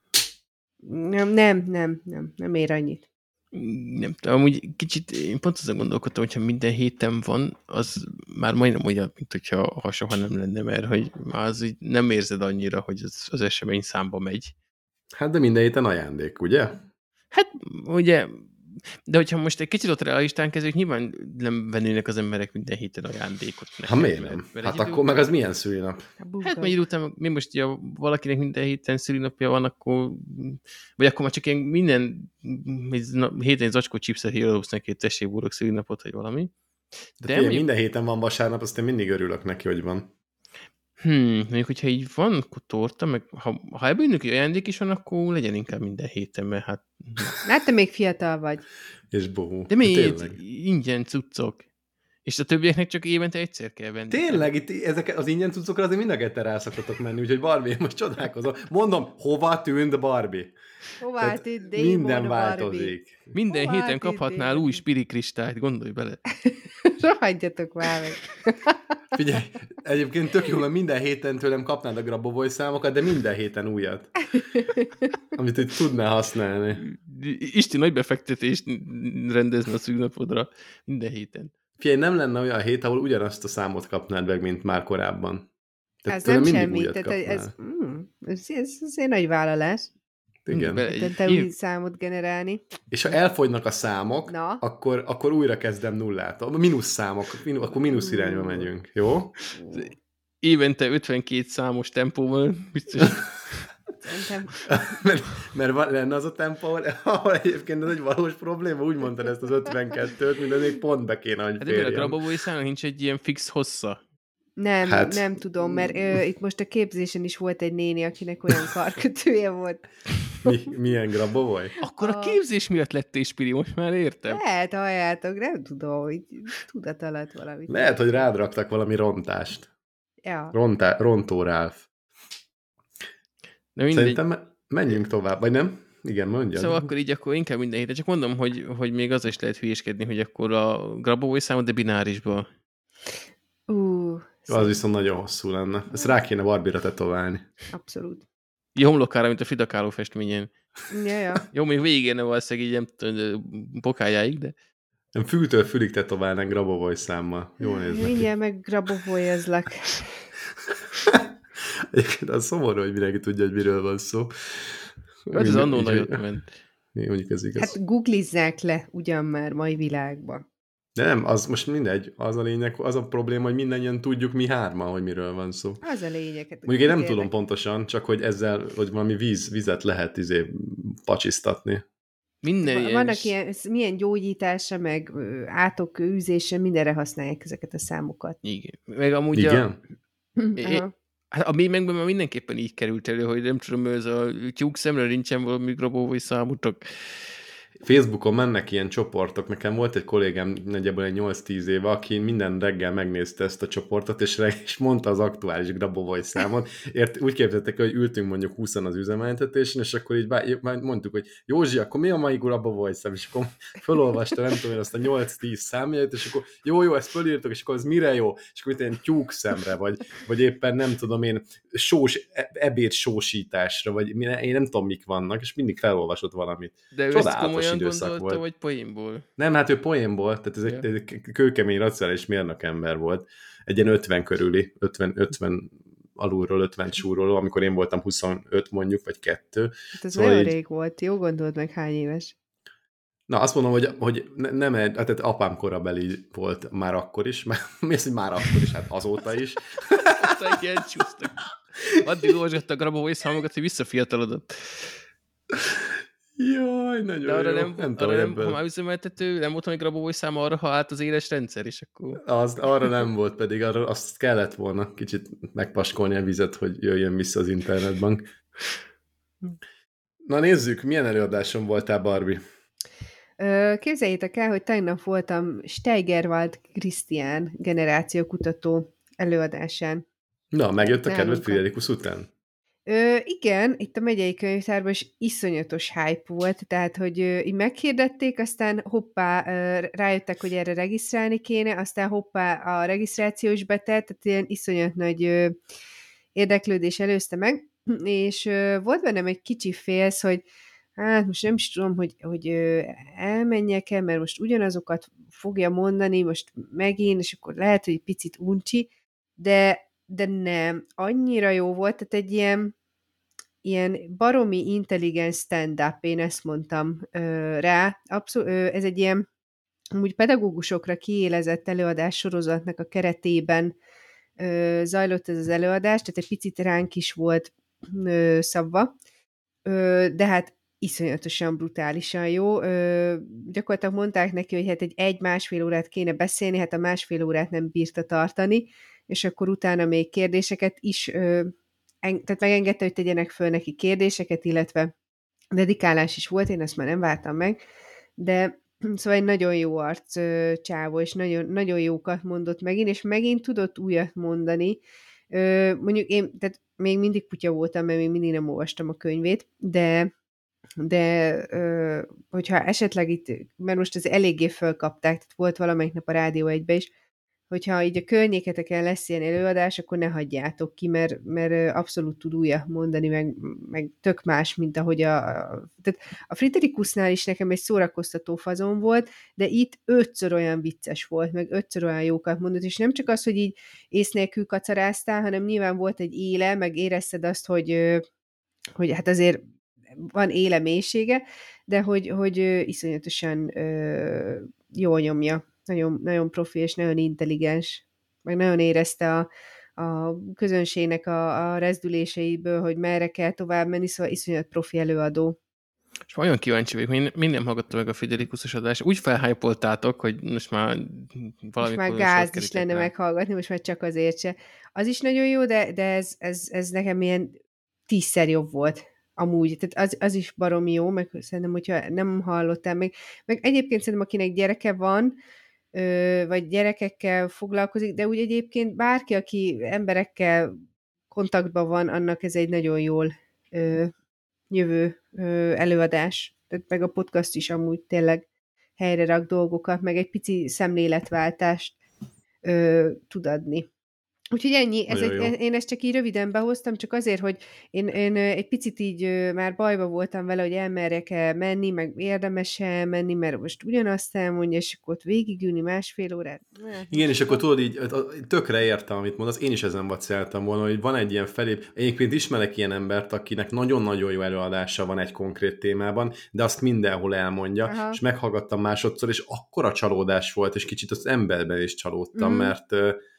nem, nem, nem, nem, nem ér annyit. Nem tudom, amúgy kicsit én pont azon gondolkodtam, hogyha minden héten van, az már majdnem olyan, mint hogyha ha soha nem lenne, mert hogy már az így nem érzed annyira, hogy az, az esemény számba megy. Hát de minden héten ajándék, ugye? Hát ugye, de hogyha most egy kicsit ott realistán kezdjük, nyilván nem vennének az emberek minden héten ajándékot. Ha nekem, miért mert- nem? mert Hát egy idő akkor meg után- az milyen szülinap? A bugga. Hát mert idő után, mi most, ha valakinek minden héten szülinapja van, akkor, vagy akkor már csak ilyen minden héten egy zacskó chipset hírolósz neki, hogy tessék búrok szülinapot, vagy valami. De, De De mondjuk, minden héten van vasárnap, azt én mindig örülök neki, hogy van. hmm, mondjuk, hogyha így van, akkor torta, meg ha, ha ebből mindenki ajándék is van, akkor legyen inkább minden héten, mert hát... Hát te még fiatal vagy. És bohó. De miért? Tényleg. Ingyen cuccok. És a többieknek csak évente egyszer kell venni. Tényleg, itt ezek az ingyen cuccokra azért mind a ketten rá szoktatok menni, úgyhogy Barbie, én most csodálkozom. Mondom, hova tűnt Barbie? Hová Tehát tűnt Démon minden Barbie? változik. Minden Hová héten tűnt kaphatnál Démon? új spirikristályt, gondolj bele. Rohadjatok már meg. Figyelj, egyébként tök jó, mert minden héten tőlem kapnád a Grabovoi számokat, de minden héten újat. Amit itt tudnál használni. Isti nagy befektetést rendezne a szülinapodra minden héten. Figyelj, nem lenne olyan hét, ahol ugyanazt a számot kapnád meg, mint már korábban. Tehát Ez tőlem nem mindig semmi. újat Tehát kapnál. ez, mm, ez, ez, ez egy nagy vállalás. Igen. Bele- Te, te év- új számot generálni. És ha elfogynak a számok, Na. akkor, akkor újra kezdem nullától. Mínusz számok, mínusz, akkor mínusz irányba megyünk, jó? Évente ötvenkét számos tempóval biztos. Szerintem mert, mert van, lenne az a tempó, ahol, ahol egyébként ez egy valós probléma, úgy mondtad ezt az ötvenkettőt, mint még pont be kéne, hogy Hát de a férjen. Grabovoi számnak nincs egy ilyen fix hossza. nem, Hát- hát, nem tudom, mert ö, itt most a képzésen is volt egy néni, akinek olyan karkötője volt. Mi, milyen Grabovoi? Akkor a A- képzés miatt lettél spiri, most már értem. Lehet, halljátok, nem tudom, így tudat alatt valamit. Lehet, hogy rád raktak valami rontást. Ja. Rontá, rontó Ralph. De mindegy. Szerintem me- menjünk tovább, vagy nem? Igen, mondja. Szóval akkor így akkor inkább minden héten. Csak mondom, hogy, hogy még az is lehet hülyéskedni, hogy akkor a Grabovoi számot, de binárisba. Ú, Az viszont nagyon hosszú lenne. Ezt rá kéne Barbie-ra tetoválni. abszolút. Így homlokára, mint a Frida Kahlo festményen. Ja, ja. Jó, még végén valószínűleg így nem tudom, bokájáig, de... Nem fültől fülig tetoválnánk Grabovoi számmal. Jól néz neki. Mindjárt meg grabovolyazlak. Egyébként az szomorú, hogy mindenki tudja, hogy miről van szó. Hát ez annó Így- nagyot így- ment. Mondjuk ez igaz. Hát googlizzák le ugyan már mai világban. De nem, az most mindegy. Az a lényeg, az a probléma, hogy mindannyian tudjuk mi hárman, hogy miről van szó. Az a lényeg. Hát Mondjuk én nem tényleg. tudom pontosan, csak hogy ezzel, hogy valami víz, vizet lehet izé pacsisztatni. Minden ilyen Vannak is. ilyen, milyen gyógyítása, meg átok űzése, mindenre használják ezeket a számokat. Igen. Meg amúgy Igen? A, hát a mémekben már mindenképpen így került elő, hogy nem tudom, ez a tyúk szemre nincsen valami grabóvai számutok. Facebookon mennek ilyen csoportok. Nekem volt egy kollégám nagyjából egy nyolc-tíz éve, aki minden reggel megnézte ezt a csoportot, és, reg- és mondta az aktuális Grabovoi számot. Ért, úgy képzeltek, hogy ültünk mondjuk húszan az üzemeltetésen, és akkor így bá- mondtuk, hogy Józsi, akkor mi a mai Grabovoi szám? És akkor felolvasta, nem tudom, azt a nyolc-tíz számjait, és akkor jó, jó, ezt fölírtok, és akkor az mire jó? És akkor ilyen tyúk szemre, vagy, vagy éppen nem tudom én, sós, ebéd sósításra, vagy én nem tudom, mik vannak, és mindig felolvasott valamit. De ő ezt komolyan gondolta, vagy poénból? Nem, hát ő poénból, tehát ez yeah. egy, egy kőkemény, racionális mérnök ember volt. Egy ilyen ötven körüli, ötven, ötven alulról, ötven súrról, amikor én voltam huszonöt mondjuk, vagy kettő. Hát ez szóval nagyon így... rég volt, jó gondolod meg, hány éves? Na, azt mondom, hogy, hogy nem, hát tehát apám korabeli volt már akkor is, mi az, hogy már akkor is, hát azóta is. Aztán ilyen csúsztak. Addig olvasgatta a Grabovoi számokat, hogy visszafiatalodott. Jaj, nagyon de arra jó. Nem, nem arra nem, ha már üzemeltető, nem volt, hogy Grabovoi száma arra, ha állt az éles rendszer, és akkor... Az, arra nem volt, pedig arra azt kellett volna kicsit megpaskolni a vizet, hogy jöjjön vissza az internetbank. Na nézzük, milyen előadáson voltál, Barbie? Képzeljétek el, hogy tegnap voltam Steigerwald Christian generációkutató előadásán. Na, megjött a kedved Friderikus után? Ö, igen, itt a megyei könyvtárban is iszonyatos hype volt, tehát, hogy ö, így meghirdették, aztán hoppá, ö, rájöttek, hogy erre regisztrálni kéne, aztán hoppá a regisztráció is betelt, tehát ilyen iszonyat nagy ö, érdeklődés előzte meg, és ö, volt bennem egy kicsi félsz, hogy hát most nem is tudom, hogy, hogy ö, elmenjek-e, mert most ugyanazokat fogja mondani, most megint, és akkor lehet, hogy egy picit uncsi, de de nem, annyira jó volt, tehát egy ilyen, ilyen baromi intelligens stand-up, én ezt mondtam ö, rá. Abszol- ö, ez egy ilyen úgy pedagógusokra kiélezett előadás sorozatnak a keretében ö, zajlott ez az előadás, tehát egy picit ránk is volt ö, szabva, ö, de hát iszonyatosan brutálisan jó. Ö, gyakorlatilag mondták neki, hogy hát egy egy-másfél órát kéne beszélni, hát a másfél órát nem bírta tartani, és akkor utána még kérdéseket is, ö, en, tehát megengedte, hogy tegyenek föl neki kérdéseket, illetve dedikálás is volt, én ezt már nem vártam meg, de szóval egy nagyon jó arc ö, csávó, és nagyon, nagyon jókat mondott megint, és megint tudott újat mondani. Ö, mondjuk én, tehát még mindig kutya voltam, mert még mindig nem olvastam a könyvét, de de ö, hogyha esetleg itt, mert most ez eléggé fölkapták, tehát volt valamelyik nap a Rádió egybe is, hogyha így a környéketeken lesz ilyen előadás, akkor ne hagyjátok ki, mert, mert abszolút tud újat mondani, meg, meg tök más, mint ahogy a... a tehát a Friderikusnál is nekem egy szórakoztató fazon volt, de itt ötször olyan vicces volt, meg ötször olyan jókat mondott, és nem csak az, hogy így ész nélkül kacaráztál, hanem nyilván volt egy éle, meg érezted azt, hogy, hogy hát azért van éle mélysége, de hogy, hogy iszonyatosan ö, jól nyomja. Nagyon, nagyon profi és nagyon intelligens. Meg nagyon érezte a, a közönségnek a, a rezdüléseiből, hogy merre kell tovább menni, szóval iszonyat profi előadó. És nagyon kíváncsi vagyok, én minden hallgattam meg a Friderikus adást. Úgy felhájpoltátok, hogy most már valami. Most már gáz is lenne rá. Meghallgatni, most már csak azért se. Az is nagyon jó, de, de ez, ez, ez nekem ilyen tízszer jobb volt. Amúgy, tehát az, az is baromi jó, meg szerintem, hogyha nem hallottál még, meg egyébként szerintem, akinek gyereke van, ö, vagy gyerekekkel foglalkozik, de úgy egyébként bárki, aki emberekkel kontaktban van, annak ez egy nagyon jól ö, jövő ö, előadás. Tehát meg a podcast is amúgy tényleg helyre rak dolgokat, meg egy pici szemléletváltást ö, tud adni. Úgyhogy ennyi, ez egy, én ezt csak így röviden behoztam, csak azért, hogy én, én egy picit így már bajba voltam vele, hogy elmerjek-e menni, meg érdemes-e menni, mert most ugyanazt elmondja, és akkor ott végigülni másfél órát. Igen, és akkor tudod, így tökre értem, amit mondasz, én is ezen vaciláltam volna, hogy van egy ilyen felép, egyébként ismerek ilyen embert, akinek nagyon-nagyon jó előadása van egy konkrét témában, de azt mindenhol elmondja, aha, és meghallgattam másodszor, és akkora csalódás volt, és kicsit az emberben is csalódtam, mm. mert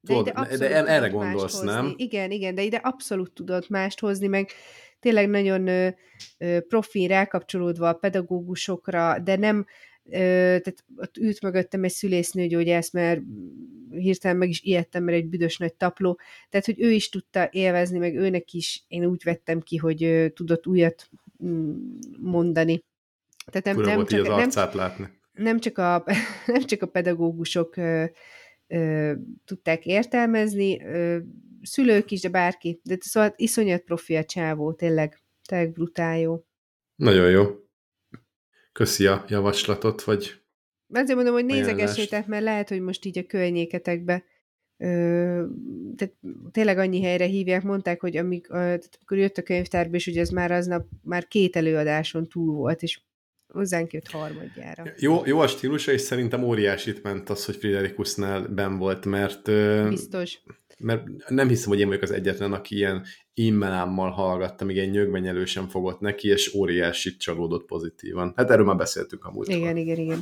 De ide Tudod, abszolút de erre tudott mást gondolsz, hozni. nem? Igen, igen, de ide abszolút tudott mást hozni, meg tényleg nagyon ö, ö, profi rákapcsolódva a pedagógusokra, de nem, ö, tehát ott ült mögöttem egy szülésznőgyógyász, mert hirtelen meg is ijedtem, mert egy büdös nagy tapló, tehát hogy ő is tudta élvezni, meg őnek is, én úgy vettem ki, hogy ö, tudott újat mm, mondani. Tehát nem, Fura nem volt így csak, az nem, arcát látni. nem csak a, nem csak a pedagógusok ö, ö, tudták értelmezni, ö, szülők is, de bárki. De szóval iszonyat profi a csávó, tényleg, tényleg brutál jó. Nagyon jó. Köszi a javaslatot, vagy Azért mondom, hogy ajánlást. nézegessétek, mert lehet, hogy most így a környéketekbe ö, tehát tényleg annyi helyre hívják, mondták, hogy amik, ö, tehát amikor jött a könyvtárba, és ugye ez már aznap már két előadáson túl volt, és hozzánk jött harmadjára. Jó, jó a stílusa, és szerintem óriásit ment az, hogy Friderikusznál benn volt, mert, ö, Biztos. mert nem hiszem, hogy én vagyok az egyetlen, aki ilyen immelámmal hallgatta, még egy nyögvenyelő sem fogott neki, és óriásit csalódott pozitívan. Hát erről már beszéltünk a múltkor. Igen, igen, igen.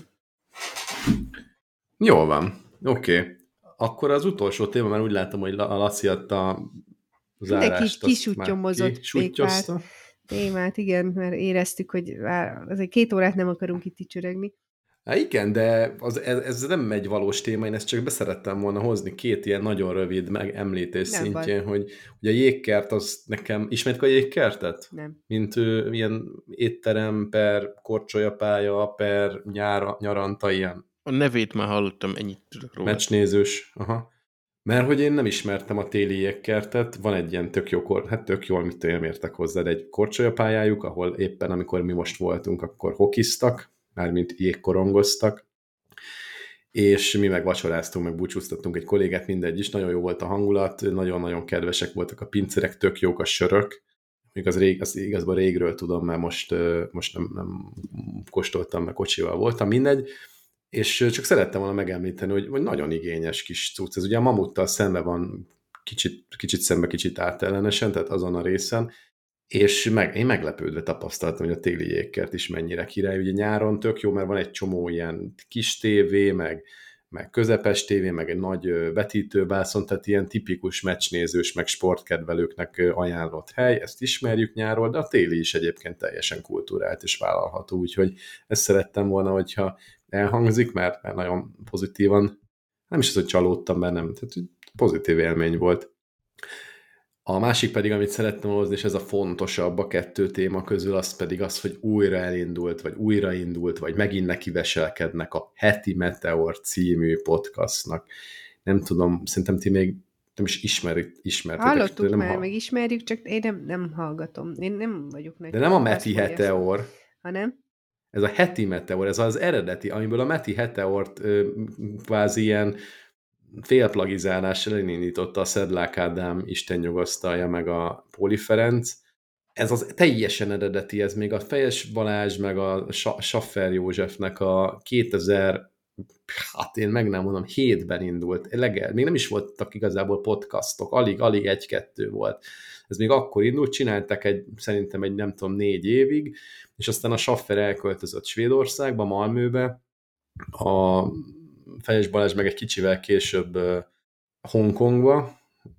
Jól van. Oké. Okay. Akkor az utolsó téma, mert úgy látom, hogy a Laci adta zárást. Mindenki kisutyomozott még pár témát, igen, mert éreztük, hogy azért két órát nem akarunk itt csörögni. Hát igen, de az, ez, ez nem egy valós téma, én ezt csak beszerettem volna hozni két ilyen nagyon rövid megemlítés Nem szintjén, hogy, hogy a jégkert az nekem, ismertek a jégkertet? Nem. Mint ő, ilyen étterem per korcsolyapálya per nyára, nyaranta, ilyen. A nevét már hallottam, ennyit tudok róla. Meccsnézős, aha. Mert hogy én nem ismertem a téli jégkertet, van egy ilyen tök jó, kor, hát tök jó, amit én értek hozzá, de egy korcsolyapályájuk, ahol éppen amikor mi most voltunk, akkor hokiztak, mármint jégkorongoztak, és mi meg vacsoráztunk, meg búcsúztattunk egy kollégát, mindegy is, nagyon jó volt a hangulat, nagyon-nagyon kedvesek voltak a pincerek, tök jók a sörök, még az, rég, az igazban régről tudom, mert most, most nem, nem kóstoltam, mert kocsival voltam, mindegy, és csak szerettem volna megemlíteni, hogy, hogy nagyon igényes kis cucc. Ez ugye a Mamuttal szembe van, kicsit, kicsit szembe, kicsit átellenesen, tehát azon a részen, és meg, én meglepődve tapasztaltam, hogy a téli jégkert is mennyire király. Ugye nyáron tök jó, mert van egy csomó ilyen kis tévé, meg, meg közepes tévé, meg egy nagy vetítőbászon, tehát ilyen tipikus meccsnézős, meg sportkedvelőknek ajánlott hely, ezt ismerjük nyáról, de a téli is egyébként teljesen kultúrált és vállalható, úgyhogy ezt szerettem volna, hogyha elhangzik, mert, mert nagyon pozitívan, nem is az, hogy csalódtam, mert nem, tehát pozitív élmény volt. A másik pedig, amit szerettem hozni, és ez a fontosabb a kettő téma közül, az pedig az, hogy újra elindult, vagy újraindult, vagy megint nekiveselkednek a Heti Meteor című podcastnak. Nem tudom, szerintem ti még nem is ismerik, ismertétek. Hallottuk nem már, hall... meg ismerjük, csak én nem, nem hallgatom. Én nem vagyok neki. De nem a Meti Heteor. Hanem? Ez a Heti Meteor, ez az eredeti, amiből a Meti Heteort kvázi ilyen félplagizálással elindította a Szedlák Ádám, Isten nyugosztalja, meg a Póli Ferenc. Ez az teljesen eredeti, ez még a Fejes Balázs, meg a Schaffer Józsefnek a kétezer, hát én meg nem mondom, hétben indult. Legel, még nem is voltak igazából podcastok, alig, alig egy-kettő volt. Ez még akkor indult, csináltak egy, szerintem egy nem tudom, négy évig, és aztán a Schaffer elköltözött Svédországba, Malmöbe, a Fejes Balázs meg egy kicsivel később uh, Hongkongba,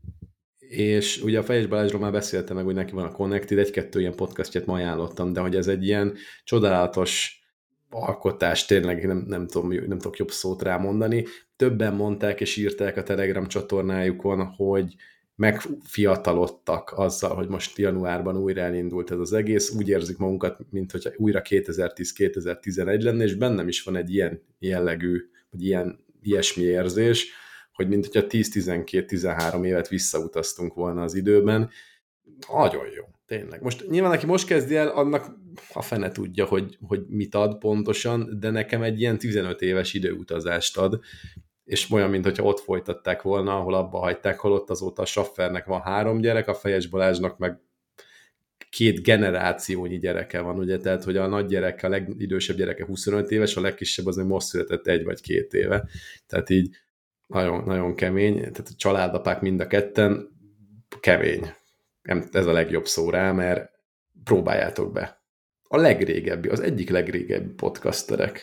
és ugye a Fejes Balázsról már beszéltem meg, hogy neki van a Connected, egy-kettő ilyen podcastját ma ajánlottam, de hogy ez egy ilyen csodálatos alkotás, tényleg nem, nem, tudom, nem tudok jobb szót rámondani. Többen mondták és írták a Telegram csatornájukon, hogy megfiatalodtak azzal, hogy most januárban újra elindult ez az egész, úgy érzik magunkat, mint hogyha újra kétezer-tíz-kétezer-tizenegy lenne, és bennem is van egy ilyen jellegű, vagy ilyen ilyesmi érzés, hogy mint hogyha tíz-tizenkét-tizenhárom évet visszautaztunk volna az időben. Nagyon jó, tényleg. Most nyilván, aki most kezdi el, annak a fene tudja, hogy, hogy mit ad pontosan, de nekem egy ilyen tizenöt éves időutazást ad, és olyan, mintha ott folytatták volna, ahol abba hagyták, holott azóta a Schaffernek van három gyerek, a Fejes Balázsnak meg két generációnyi gyereke van, ugye, tehát, hogy a nagy gyereke, a legidősebb gyereke huszonöt éves, a legkisebb az még most született egy vagy két éve. Tehát így nagyon, nagyon kemény, tehát a családapák mind a ketten kemény. Ez a legjobb szó rá, mert próbáljátok be. A legrégebbi, az egyik legrégebbi podcasterek.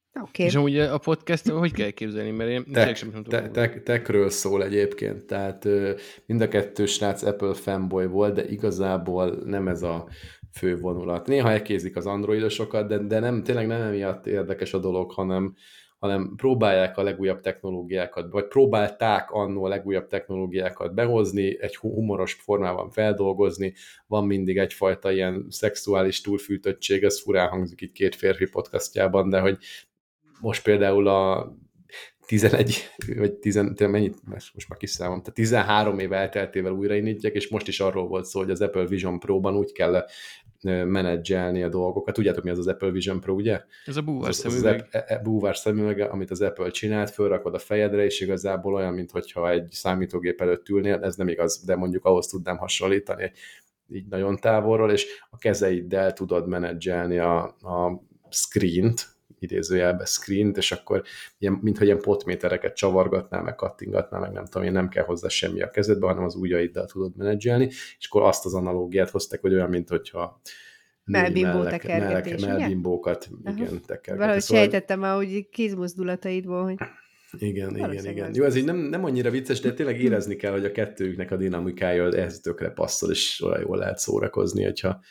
Okay. És amúgy a podcast hogy kell képzelni? Mert én Tech, sem tudom. te, te, techről szól egyébként, tehát mind a kettő srác Apple fanboy volt, de igazából nem ez a fő vonulat. Néha elkézik az androidosokat, de, de nem, tényleg nem emiatt érdekes a dolog, hanem, hanem próbálják a legújabb technológiákat, vagy próbálták annó a legújabb technológiákat behozni, egy humoros formában feldolgozni, van mindig egyfajta ilyen szexuális túlfűtöttség, ez furán hangzik itt két férfi podcastjában, de hogy most például a tizenegy, vagy tizen, mennyit, most már kiszámom, tehát tizenhárom év elteltével újraindítják, és most is arról volt szó, hogy az Apple Vision Pro-ban úgy kell menedzselni a dolgokat. Tudjátok, mi az az Apple Vision Pro, ugye? Ez a búvár az, az szemüveg. Az a búvár szemüveg, amit az Apple csinált, fölrakod a fejedre, és igazából olyan, mintha egy számítógép előtt ülnél, ez nem igaz, de mondjuk ahhoz tudnám hasonlítani, így nagyon távolról, és a kezeiddel tudod menedzselni a, a screent, idézőjelbe screent, és akkor ilyen, mintha ilyen potmétereket csavargatnál, meg kattingatnál, meg nem tudom én, nem kell hozzá semmi a kezedbe, hanem az ujjaiddal tudod menedzselni, és akkor azt az analógiát hozták, hogy olyan, mintha melbimbó tekergetés, ugye? Melbimbókat, igen, tekergetés. Valahogy szóval sejtettem már, hogy kézmozdulataidból, hogy... Igen, igen, igen. Jó, ez így nem, nem annyira vicces, de tényleg érezni kell, hogy a kettőjüknek a dinamikája ehhez tökre passzol, és olyan jól lehet szórakozni, hogyha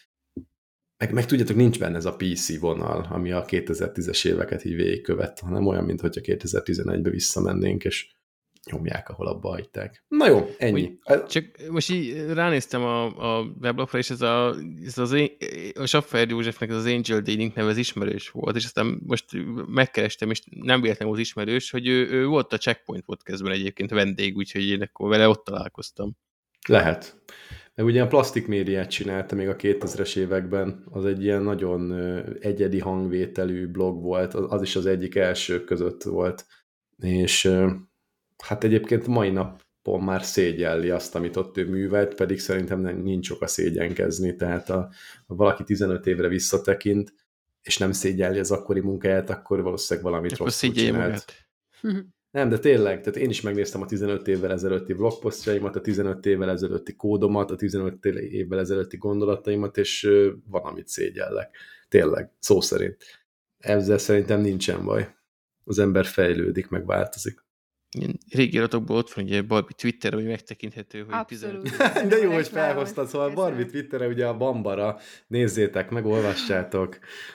Meg, meg tudjátok, nincs benne ez a pé cé vonal, ami a kétezer-tízes éveket így végigkövet, hanem olyan, mintha kétezer-tizenegybe visszamennénk, és nyomják, ahol abba hagyták. Na jó, ennyi. Úgy, csak most így ránéztem a, a weblapra, és ez, a, ez az a Schaffer Józsefnek ez az Angel Dating neve, ez ismerős volt, és aztán most megkerestem, és nem véletlenül volt ismerős, hogy ő, ő volt a Checkpoint podcastben egyébként vendég, úgyhogy én akkor vele ott találkoztam. Lehet. Meg ugye a plastik médiát csinálta még a kétezres években, az egy ilyen nagyon egyedi hangvételű blog volt, az is az egyik elsők között volt, és hát egyébként mai napon már szégyelli azt, amit ott ő művelt, pedig szerintem nem, nincs oka szégyenkezni, tehát a, ha valaki tizenöt évre visszatekint, és nem szégyelli az akkori munkáját, akkor valószínűleg valamit akkor rosszul csinált. Nem, de tényleg, tehát én is megnéztem a tizenöt évvel ezelőtti blogposztjaimat, a tizenöt évvel ezelőtti kódomat, a tizenöt évvel ezelőtti gondolataimat, és van, amit szégyellek. Tényleg, szó szerint. Ezzel szerintem nincsen baj. Az ember fejlődik, meg változik. Ilyen régi adatokból ott van, ugye Barbie Twitterre, hogy megtekinthető, hogy abszolút. De jó, hogy felhoztad, szóval Barbie Twitterre ugye a Bambara, nézzétek meg, olvassátok.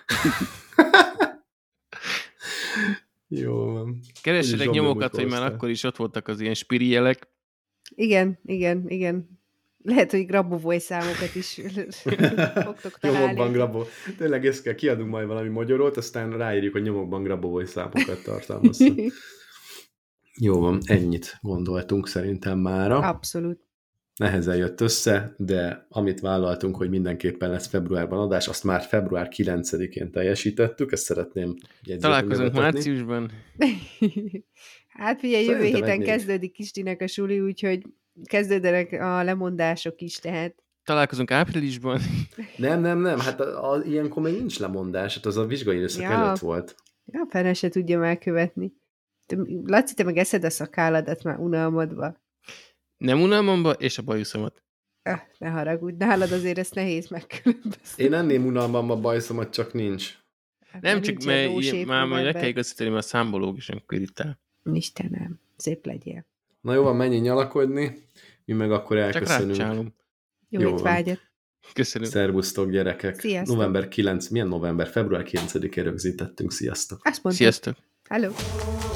Jó van. Keressetek nyomokat, hogy már akkor is ott voltak az ilyen spiri jelek. Igen, igen, igen. Lehet, hogy Grabovoi számokat is fogtok találni. Nyomokban Grabovoi. Tényleg ezt kell, kiadunk majd valami magyarót, aztán ráírjuk, hogy nyomokban Grabovoi számokat tartalmazza. Jó van, ennyit gondoltunk szerintem mára. Abszolút. Nehezen jött össze, de amit vállaltunk, hogy mindenképpen lesz februárban adás, azt már február kilencedikén teljesítettük, ezt szeretném jegyzetni. Találkozunk márciusban. Hát figyelj, jövő Szerintem héten egy kezdődik Kistinek a suli, úgyhogy kezdődnek a lemondások is, tehát. Találkozunk áprilisban. Nem, nem, nem, hát a, a, ilyenkor még nincs lemondás, hát az a vizsgai időszak ja. előtt volt. Ja, fene se tudja megkövetni. Te, Laci, te meg eszed a szakálladat már unalmadba. Nem unalmamba, és a bajuszomat. Öh, ne haragudj, nálad azért ezt nehéz megkülönböztetni. Én enném unalmamba, bajuszomat, csak nincs. Hát nem csak, mert már majd le kell igazítani, mert a számbológisan körítál. Istenem, szép legyél. Na jó van, menjél nyalakodni, mi meg akkor elköszönünk. Csak rácsálom. Jó, jó étvágyat. Köszönöm. Szervusztok, gyerekek. Sziasztok. november kilencedike, milyen november? február kilencedikén rögzítettünk. Sziasztok. Azt mondtam. Sziasztok. Hello.